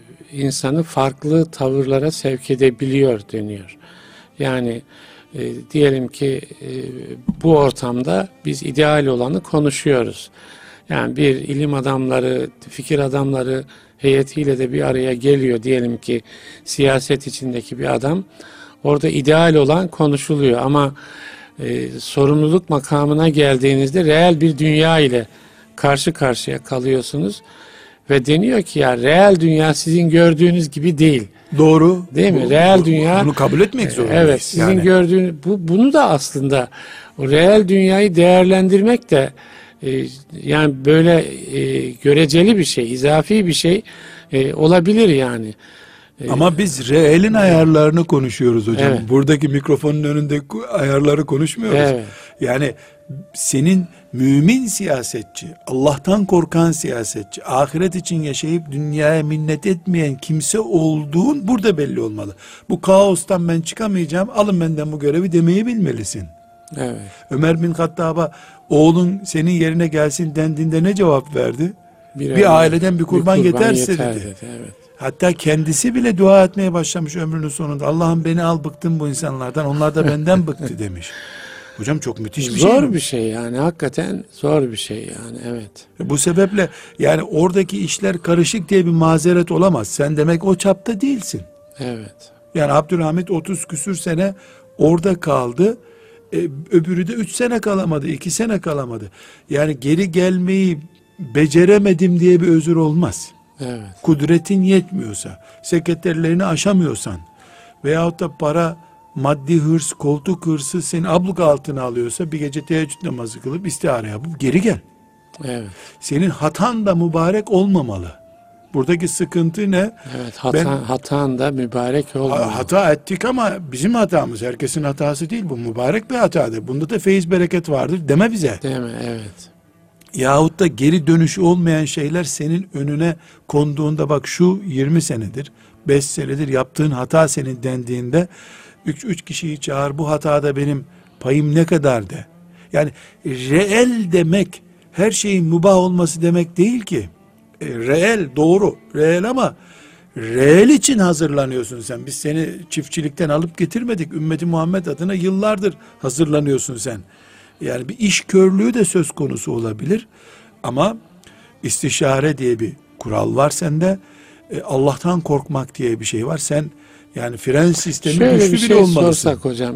insanı farklı tavırlara sevk edebiliyor deniyor. Yani e, diyelim ki e, bu ortamda biz ideal olanı konuşuyoruz. Yani bir ilim adamları, fikir adamları heyetiyle de bir araya geliyor. Diyelim ki siyaset içindeki bir adam. Orada ideal olan konuşuluyor ama e, sorumluluk makamına geldiğinizde reel bir dünya ile karşı karşıya kalıyorsunuz. Ve deniyor ki ya reel dünya sizin gördüğünüz gibi değil. Doğru. Değil mi? Bu, reel bu, dünya. Bunu kabul etmek zorundayız. Evet. Sizin yani. gördüğünüz bu bunu da aslında o reel dünyayı değerlendirmek de e, yani böyle e, göreceli bir şey, izafi bir şey e, olabilir yani. E, Ama biz reelin ayarlarını konuşuyoruz hocam. Evet. Buradaki mikrofonun önündeki ayarları konuşmuyoruz. Evet. Yani senin mümin siyasetçi, Allah'tan korkan siyasetçi, ahiret için yaşayıp dünyaya minnet etmeyen kimse olduğun burada belli olmalı. Bu kaostan ben çıkamayacağım, alın benden bu görevi demeyi bilmelisin. Evet. Ömer bin Hattab'a oğlun senin yerine gelsin dendiğinde ne cevap verdi? Bir, bir aileden bir kurban, bir kurban yeterse yeter dedi. dedi evet. Hatta kendisi bile dua etmeye başlamış ömrünün sonunda. Allah'ım beni al, bıktım bu insanlardan, onlar da benden bıktı demiş. Hocam çok müthiş bir zor şey. Zor bir şey yani, hakikaten zor bir şey yani, evet. Bu sebeple yani oradaki işler karışık diye bir mazeret olamaz. Sen demek o çapta değilsin. Evet. Yani Abdülhamit otuz küsür sene orada kaldı. Ee, öbürü de üç sene kalamadı, iki sene kalamadı. Yani geri gelmeyi beceremedim diye bir özür olmaz. Evet. Kudretin yetmiyorsa, sekreterlerini aşamıyorsan veyahut da para, maddi hırs, koltuk hırsı seni abluk altına alıyorsa bir gece teheccüd namazı kılıp istihare yapıp geri gel. Evet. Senin hatan da mübarek olmamalı. Buradaki sıkıntı ne? Evet, hata, ben, hatan da mübarek olmalı. Hata ettik ama bizim hatamız, herkesin hatası değil, bu mübarek bir hatadır. Bunda da feyiz bereket vardır deme bize. Deme, evet. Yahut da geri dönüşü olmayan şeyler senin önüne konduğunda, bak şu yirmi senedir, beş senedir yaptığın hata senin dendiğinde üç, üç kişiyi çağır, bu hatada benim payım ne kadar de. Yani reel demek her şeyin mübah olması demek değil ki. E, reel doğru, reel ama reel için hazırlanıyorsun sen. Biz seni çiftçilikten alıp getirmedik. Ümmeti Muhammed adına yıllardır hazırlanıyorsun sen. Yani bir iş körlüğü de söz konusu olabilir. Ama istişare diye bir kural var sende. E, Allah'tan korkmak diye bir şey var. Sen Yani fren sistemi şöyle güçlü bir şey biri olmalısın. sorsak hocam,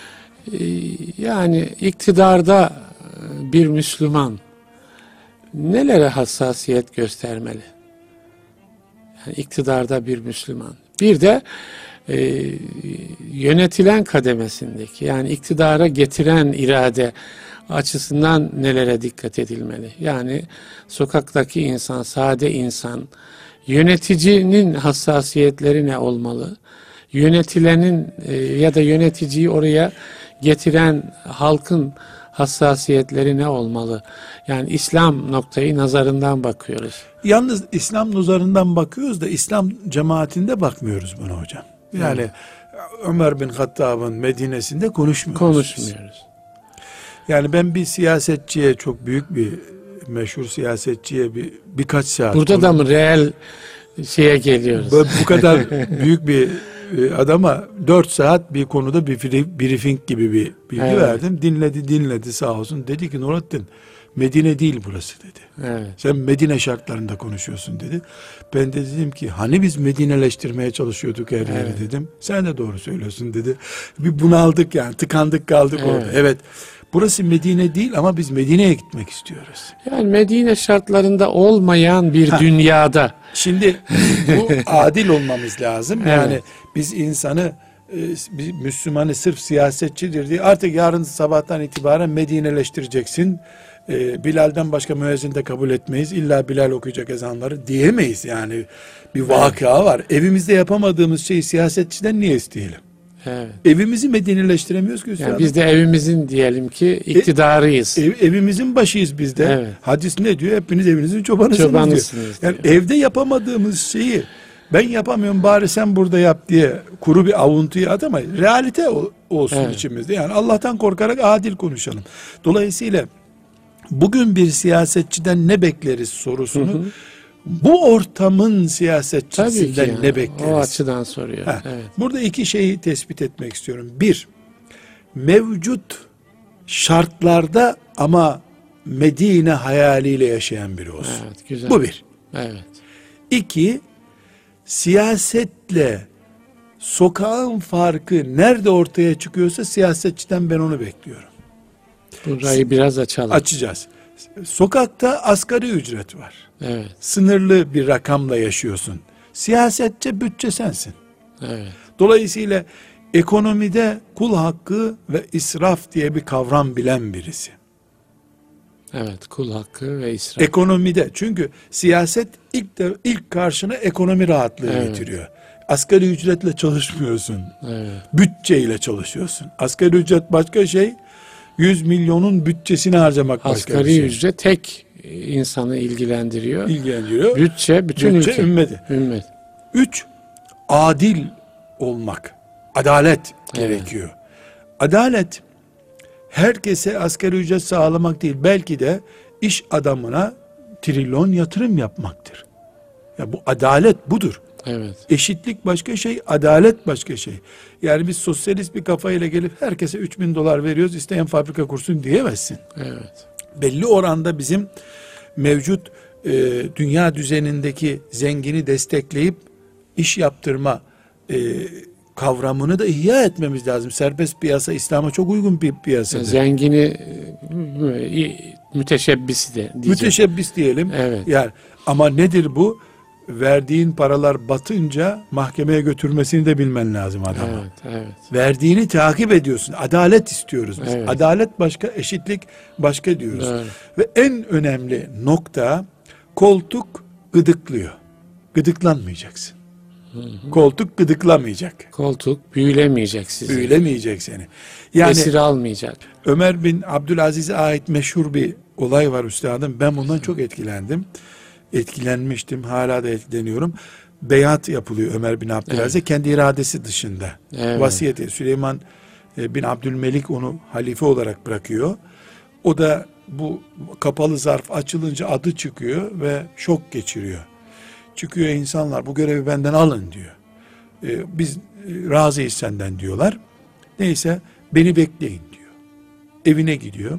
yani iktidarda bir Müslüman nelere hassasiyet göstermeli? Yani iktidarda bir Müslüman. Bir de e, yönetilen kademesindeki, yani iktidara getiren irade açısından nelere dikkat edilmeli? Yani sokaktaki insan, sade insan, yöneticinin hassasiyetleri ne olmalı? Yönetilenin e, ya da yöneticiyi oraya getiren halkın hassasiyetleri ne olmalı? Yani İslam noktayı nazarından bakıyoruz. Yalnız İslam nazarından bakıyoruz da İslam cemaatinde bakmıyoruz buna hocam. Yani evet. Ömer bin Hattab'ın Medine'sinde konuşmuyoruz. Konuşmuyoruz. Yani ben bir siyasetçiye, çok büyük bir meşhur siyasetçiye bir birkaç saat. Burada da mı reel şeye geliyoruz? Bu, bu kadar büyük bir adama dört saat bir konuda bir briefing gibi bir bilgi evet. verdim. Dinledi dinledi sağ olsun. Dedi ki Nurattin, Medine değil burası dedi. Evet. Sen Medine şartlarında konuşuyorsun dedi. Ben de dedim ki hani biz Medineleştirmeye çalışıyorduk her yeri evet. dedim. Sen de doğru söylüyorsun dedi. Bir bunaldık yani, tıkandık kaldık evet. orada. Evet. Burası Medine değil ama biz Medine'ye gitmek istiyoruz. Yani Medine şartlarında olmayan bir ha. dünyada. Şimdi bu adil olmamız lazım. Evet. Yani biz insanı, bir Müslümanı sırf siyasetçidir diye artık yarın sabahtan itibaren Medineleştireceksin. Bilal'den başka müezzin de kabul etmeyiz. İlla Bilal okuyacak ezanları diyemeyiz yani. Bir vaka evet. var. Evimizde yapamadığımız şeyi siyasetçiden niye isteyelim? Evet. Evimizi Medine'leştiremiyoruz ki. Yani biz de evimizin diyelim ki iktidarıyız. Ev, evimizin başıyız biz de. Evet. Hadis ne diyor? Hepiniz evinizin çobanısınız, çobanısınız diyor. Yani diyor. Evde yapamadığımız şeyi ben yapamıyorum bari sen burada yap diye kuru bir avuntuya atamayız. Realite olsun evet. içimizde. Yani Allah'tan korkarak adil konuşalım. Dolayısıyla bugün bir siyasetçiden ne bekleriz sorusunu hı hı. bu ortamın siyasetçisinden yani, ne bekleriz? O açıdan soruyor. Evet. Burada iki şeyi tespit etmek istiyorum. Bir, mevcut şartlarda ama Medine hayaliyle yaşayan biri olsun. Evet, güzel. Bu bir. Evet. İki, siyasetle sokağın farkı nerede ortaya çıkıyorsa siyasetçiden ben onu bekliyorum. Burayı biraz açalım. Açacağız. Sokakta asgari ücret var. Evet. Sınırlı bir rakamla yaşıyorsun. Siyasetçe bütçe sensin. Evet. Dolayısıyla ekonomide kul hakkı ve israf diye bir kavram bilen birisi. Evet, kul hakkı ve israf. Ekonomide, çünkü siyaset ilk de, ilk karşına ekonomi rahatlığı evet. getiriyor. Asgari ücretle çalışmıyorsun. Evet. Bütçeyle çalışıyorsun. Asgari ücret başka şey, yüz milyonun bütçesini harcamak asgari başka bir şey. Asgari ücret tek insanı ilgilendiriyor. İlgilendiriyor. Bütçe bütün Bütçe, ülke. ümmeti. Ümmet. Üç, adil olmak. Adalet evet. gerekiyor. Adalet herkese asgari ücret sağlamak değil, belki de iş adamına trilyon yatırım yapmaktır. Ya bu adalet budur. Evet. Eşitlik başka şey, adalet başka şey. Yani biz sosyalist bir kafayla gelip herkese üç bin dolar veriyoruz, isteyen fabrika kursun diyemezsin. Evet. Belli oranda bizim mevcut e, dünya düzenindeki zengini destekleyip iş yaptırma e, kavramını da ihya etmemiz lazım. Serbest piyasa İslam'a çok uygun bir piyasadır. Zengini müteşebbisi de diyeceğim. Müteşebbis diyelim. Evet. Yani ama nedir bu? Verdiğin paralar batınca mahkemeye götürmesini de bilmen lazım adama. Evet, evet. Verdiğini takip ediyorsun. Adalet istiyoruz biz. Evet. Adalet başka, eşitlik başka diyoruz. Doğru. Ve en önemli nokta, koltuk gıdıklıyor. Gıdıklanmayacaksın. Hı hı. Koltuk gıdıklamayacak. Koltuk büyülemeyecek sizi. Büyülemeyecek seni. Yani esir almayacak. Ömer bin Abdülaziz'e ait meşhur bir olay var üstadım. Ben bundan çok etkilendim. Etkilenmiştim. Hala da etkileniyorum. Beyat yapılıyor Ömer bin Abdülaziz'e. Evet. Kendi iradesi dışında. Evet. Vasiyeti. Süleyman bin Abdülmelik onu halife olarak bırakıyor. O da bu kapalı zarf açılınca adı çıkıyor ve şok geçiriyor. Çıkıyor insanlar, bu görevi benden alın diyor. Ee, biz razıyız senden diyorlar. Neyse beni bekleyin diyor. Evine gidiyor.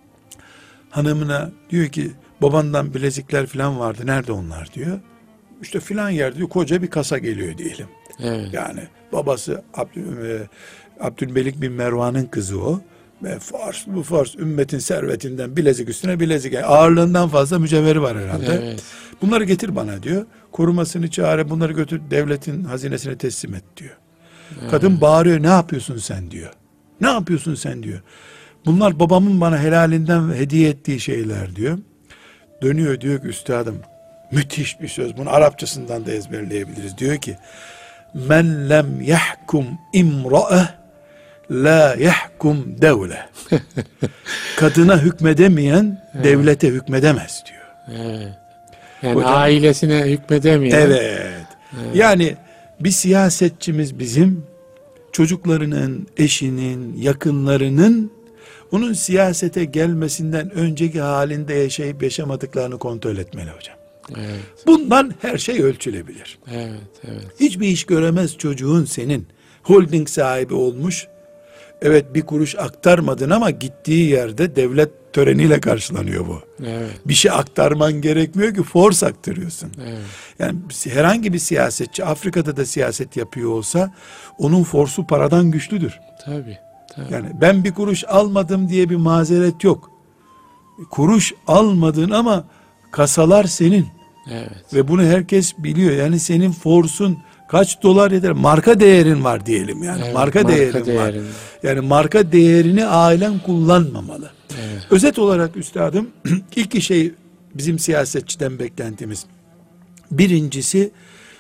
Hanımına diyor ki babandan bilezikler falan vardı, nerede onlar diyor. İşte filan yer diyor, koca bir kasa geliyor diyelim. Evet. Yani babası Abdül, e, Abdülmelik bin Mervan'ın kızı o. Ve Fars, bu Fars ümmetin servetinden bilezik üstüne bilezik. Yani ağırlığından fazla mücevheri var herhalde. Evet. Bunları getir bana diyor. Korumasını çağır, bunları götür devletin hazinesine teslim et diyor. Evet. Kadın bağırıyor, ne yapıyorsun sen diyor. Ne yapıyorsun sen diyor. Bunlar babamın bana helalinden hediye ettiği şeyler diyor. Dönüyor diyor ki üstadım, müthiş bir söz. Bunu Arapçasından da ezberleyebiliriz. Diyor ki, men lem yahkum imra'eh la yahkum devle. Kadına hükmedemeyen evet. devlete hükmedemez diyor. Evet. Yani hocam, ailesine hükmedemeyen. Evet. evet. Yani bir siyasetçimiz bizim çocuklarının, eşinin, yakınlarının onun siyasete gelmesinden önceki halinde yaşayıp yaşamadıklarını kontrol etmeli hocam. Evet. Bundan her şey ölçülebilir. Evet, evet. Hiçbir iş göremez çocuğun senin holding sahibi olmuş. Evet, bir kuruş aktarmadın ama gittiği yerde devlet töreniyle karşılanıyor bu. Evet. Bir şey aktarman gerekmiyor ki, force aktarıyorsun. Evet. Yani herhangi bir siyasetçi Afrika'da da siyaset yapıyor olsa onun forsu paradan güçlüdür. Tabii, tabii. Yani ben bir kuruş almadım diye bir mazeret yok. Kuruş almadın ama kasalar senin. Evet. Ve bunu herkes biliyor. Yani senin forsun kaç dolar eder? Marka değerin var diyelim yani. Evet, marka, marka değerin, değerin var. Yani marka değerini ailen kullanmamalı. Evet. Özet olarak üstadım, ilk şey bizim siyasetçiden beklentimiz. Birincisi,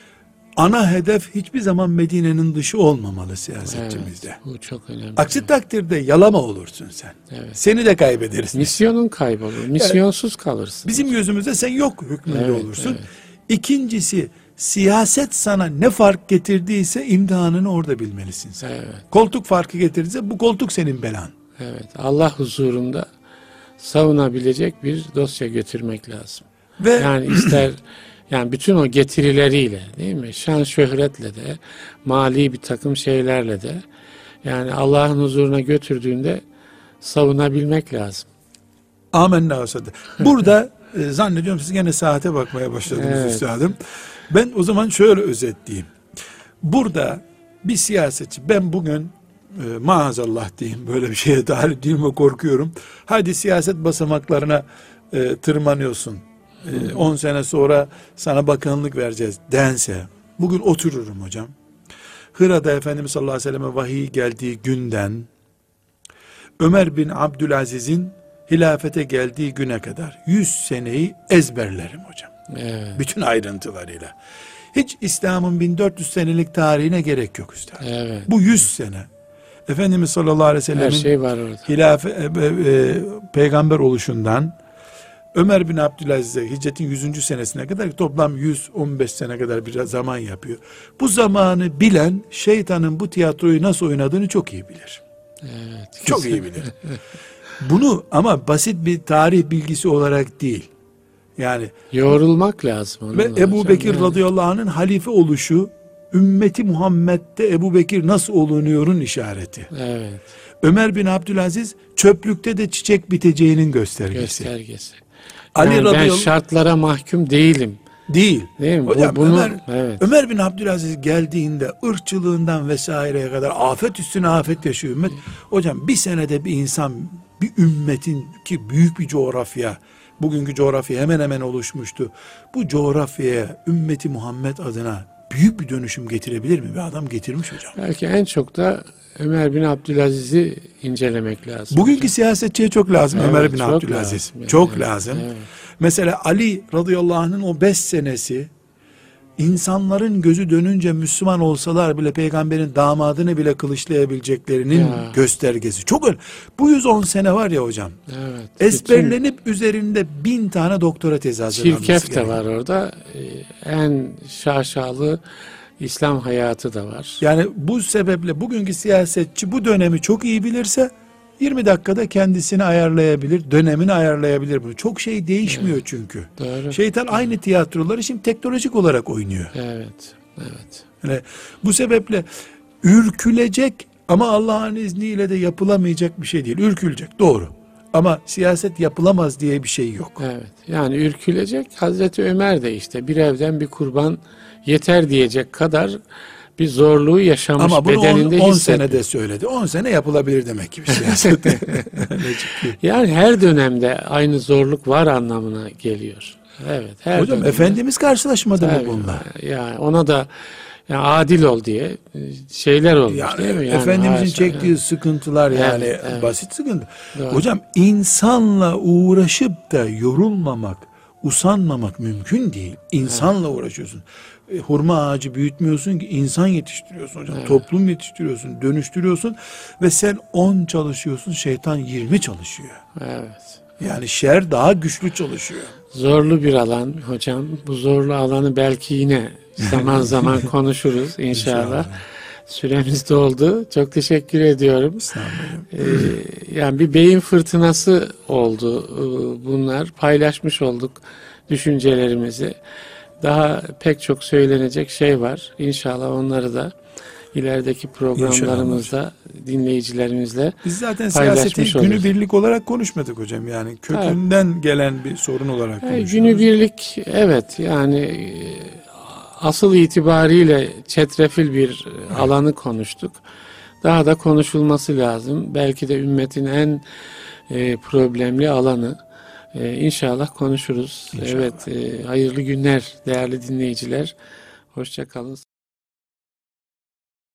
ana hedef hiçbir zaman Medine'nin dışı olmamalı siyasetçimizde. Evet, bu çok önemli. Aksi takdirde yalama olursun sen. Evet. Seni de kaybederiz. Misyonun kaybolur. Misyonsuz yani, kalırsın. Bizim gözümüzde sen yok hükmünde evet, olursun. Evet. İkincisi, siyaset sana ne fark getirdiyse imtihanını orada bilmelisin sen. Evet. Koltuk farkı getirdiyse bu koltuk senin belan. Evet. Allah huzurunda savunabilecek bir dosya götürmek lazım. Ve yani ister yani bütün o getirileriyle, değil mi? Şan şöhretle de, mali bir takım şeylerle de, yani Allah'ın huzuruna götürdüğünde savunabilmek lazım. Amenna. Burada e, zannediyorum siz gene saate bakmaya başladınız evet. üstadım. Ben o zaman şöyle özetleyeyim. Burada bir siyasetçi, ben bugün e, maazallah diyeyim, böyle bir şeye dahil değilim, korkuyorum. Hadi siyaset basamaklarına e, tırmanıyorsun. on sene sonra sana bakanlık vereceğiz dense, bugün otururum hocam. Hıra'da Efendimiz sallallahu aleyhi ve selleme vahiy geldiği günden Ömer bin Abdülaziz'in hilafete geldiği güne kadar yüz seneyi ezberlerim hocam. Evet. Bütün ayrıntılarıyla. Hiç İslam'ın bin dört yüz senelik tarihine gerek yok üstad. Evet. Bu yüz sene Efendimiz sallallahu aleyhi ve sellem'in her şey var orada. Hilafe, e, e, peygamber oluşundan Ömer bin Abdülaziz'e hicretin yüzüncü senesine kadar toplam yüz on beş sene kadar bir zaman yapıyor. Bu zamanı bilen şeytanın bu tiyatroyu nasıl oynadığını çok iyi bilir. Evet, çok iyi bilir. Bunu ama basit bir tarih bilgisi olarak değil. Yani yoğrulmak lazım. Ve Ebu Bekir yani. radıyallahu anh'ın halife oluşu, ümmeti Muhammed'de Ebu Bekir nasıl olunuyorun işareti. Evet. Ömer bin Abdülaziz çöplükte de çiçek biteceğinin göstergesi. Göstergesi. Ali yani radıyallahu... ben şartlara mahkum değilim. Değil. Değil mi? Hocam, Bu, bunu, Ömer, evet. Ömer bin Abdülaziz geldiğinde ırkçılığından vesaireye kadar afet üstüne afet yaşıyor ümmet. Hocam bir senede bir insan, bir ümmetin ki büyük bir coğrafya, bugünkü coğrafya hemen hemen oluşmuştu. Bu coğrafyaya ümmeti Muhammed adına büyük bir dönüşüm getirebilir mi? Bir adam getirmiş hocam. Belki en çok da Ömer bin Abdülaziz'i incelemek lazım. Bugünkü hocam. siyasetçiye çok lazım evet, Ömer bin Abdülaziz. Lazım yani. Çok evet, lazım. Evet. Mesela Ali radıyallahu anh'ın o beş senesi insanların gözü dönünce Müslüman olsalar bile peygamberin damadını bile kılıçlayabileceklerinin ya. göstergesi. Çok önemli. Bu yüz on sene var ya hocam. Evet. Ezberlenip bütün, üzerinde bin tane doktora tezi hazırlanması Çirkef de gerekiyor. var orada. Ee, en şaşalı İslam hayatı da var. Yani bu sebeple bugünkü siyasetçi bu dönemi çok iyi bilirse yirmi dakikada kendisini ayarlayabilir, dönemini ayarlayabilir bunu. Çok şey değişmiyor evet. çünkü. Doğru. Şeytan evet. aynı tiyatroları şimdi teknolojik olarak oynuyor. Evet. Evet. Yani bu sebeple ürkülecek ama Allah'ın izniyle de yapılamayacak bir şey değil. Ürkülecek doğru. Ama siyaset yapılamaz diye bir şey yok. Evet. Yani ürkülecek. Hazreti Ömer de işte bir evden bir kurban yeter diyecek kadar bir zorluğu yaşamış, ama bunu bedeninde on hissetti. senede söyledi. on sene yapılabilir demek ki bir siyaset. Yani her dönemde aynı zorluk var anlamına geliyor. Evet. Her Hocam dönemde. Efendimiz karşılaşmadı Tabii, mı bununla? Yani ona da yani adil ol diye şeyler olmuş yani, değil mi? Yani Efendimizin haşa, çektiği yani. sıkıntılar yani Evet, evet. basit sıkıntı. Doğru. Hocam insanla uğraşıp da yorulmamak, usanmamak mümkün değil. İnsanla evet. uğraşıyorsun. E, hurma ağacı büyütmüyorsun ki, insan yetiştiriyorsun hocam. Evet. Toplum yetiştiriyorsun, dönüştürüyorsun ve sen on çalışıyorsun, şeytan yirmi çalışıyor. Evet. Yani şer daha güçlü çalışıyor. Zorlu bir alan hocam. Bu zorlu alanı belki yine zaman zaman konuşuruz inşallah. İnşallah. Süremiz doldu. Çok teşekkür ediyorum. Ee, yani bir beyin fırtınası oldu bunlar. Paylaşmış olduk düşüncelerimizi. Daha pek çok söylenecek şey var. İnşallah onları da ilerideki programlarımızda dinleyicilerimizle biz zaten siyaseti günübirlik olarak konuşmadık hocam. Yani kökünden evet. gelen bir sorun olarak konuşuyoruz. Günübirlik evet yani asıl itibariyle çetrefil bir evet. alanı konuştuk. Daha da konuşulması lazım. Belki de ümmetin en e, problemli alanı. E, inşallah konuşuruz. İnşallah. Evet, e, hayırlı günler değerli dinleyiciler. Hoşça kalın.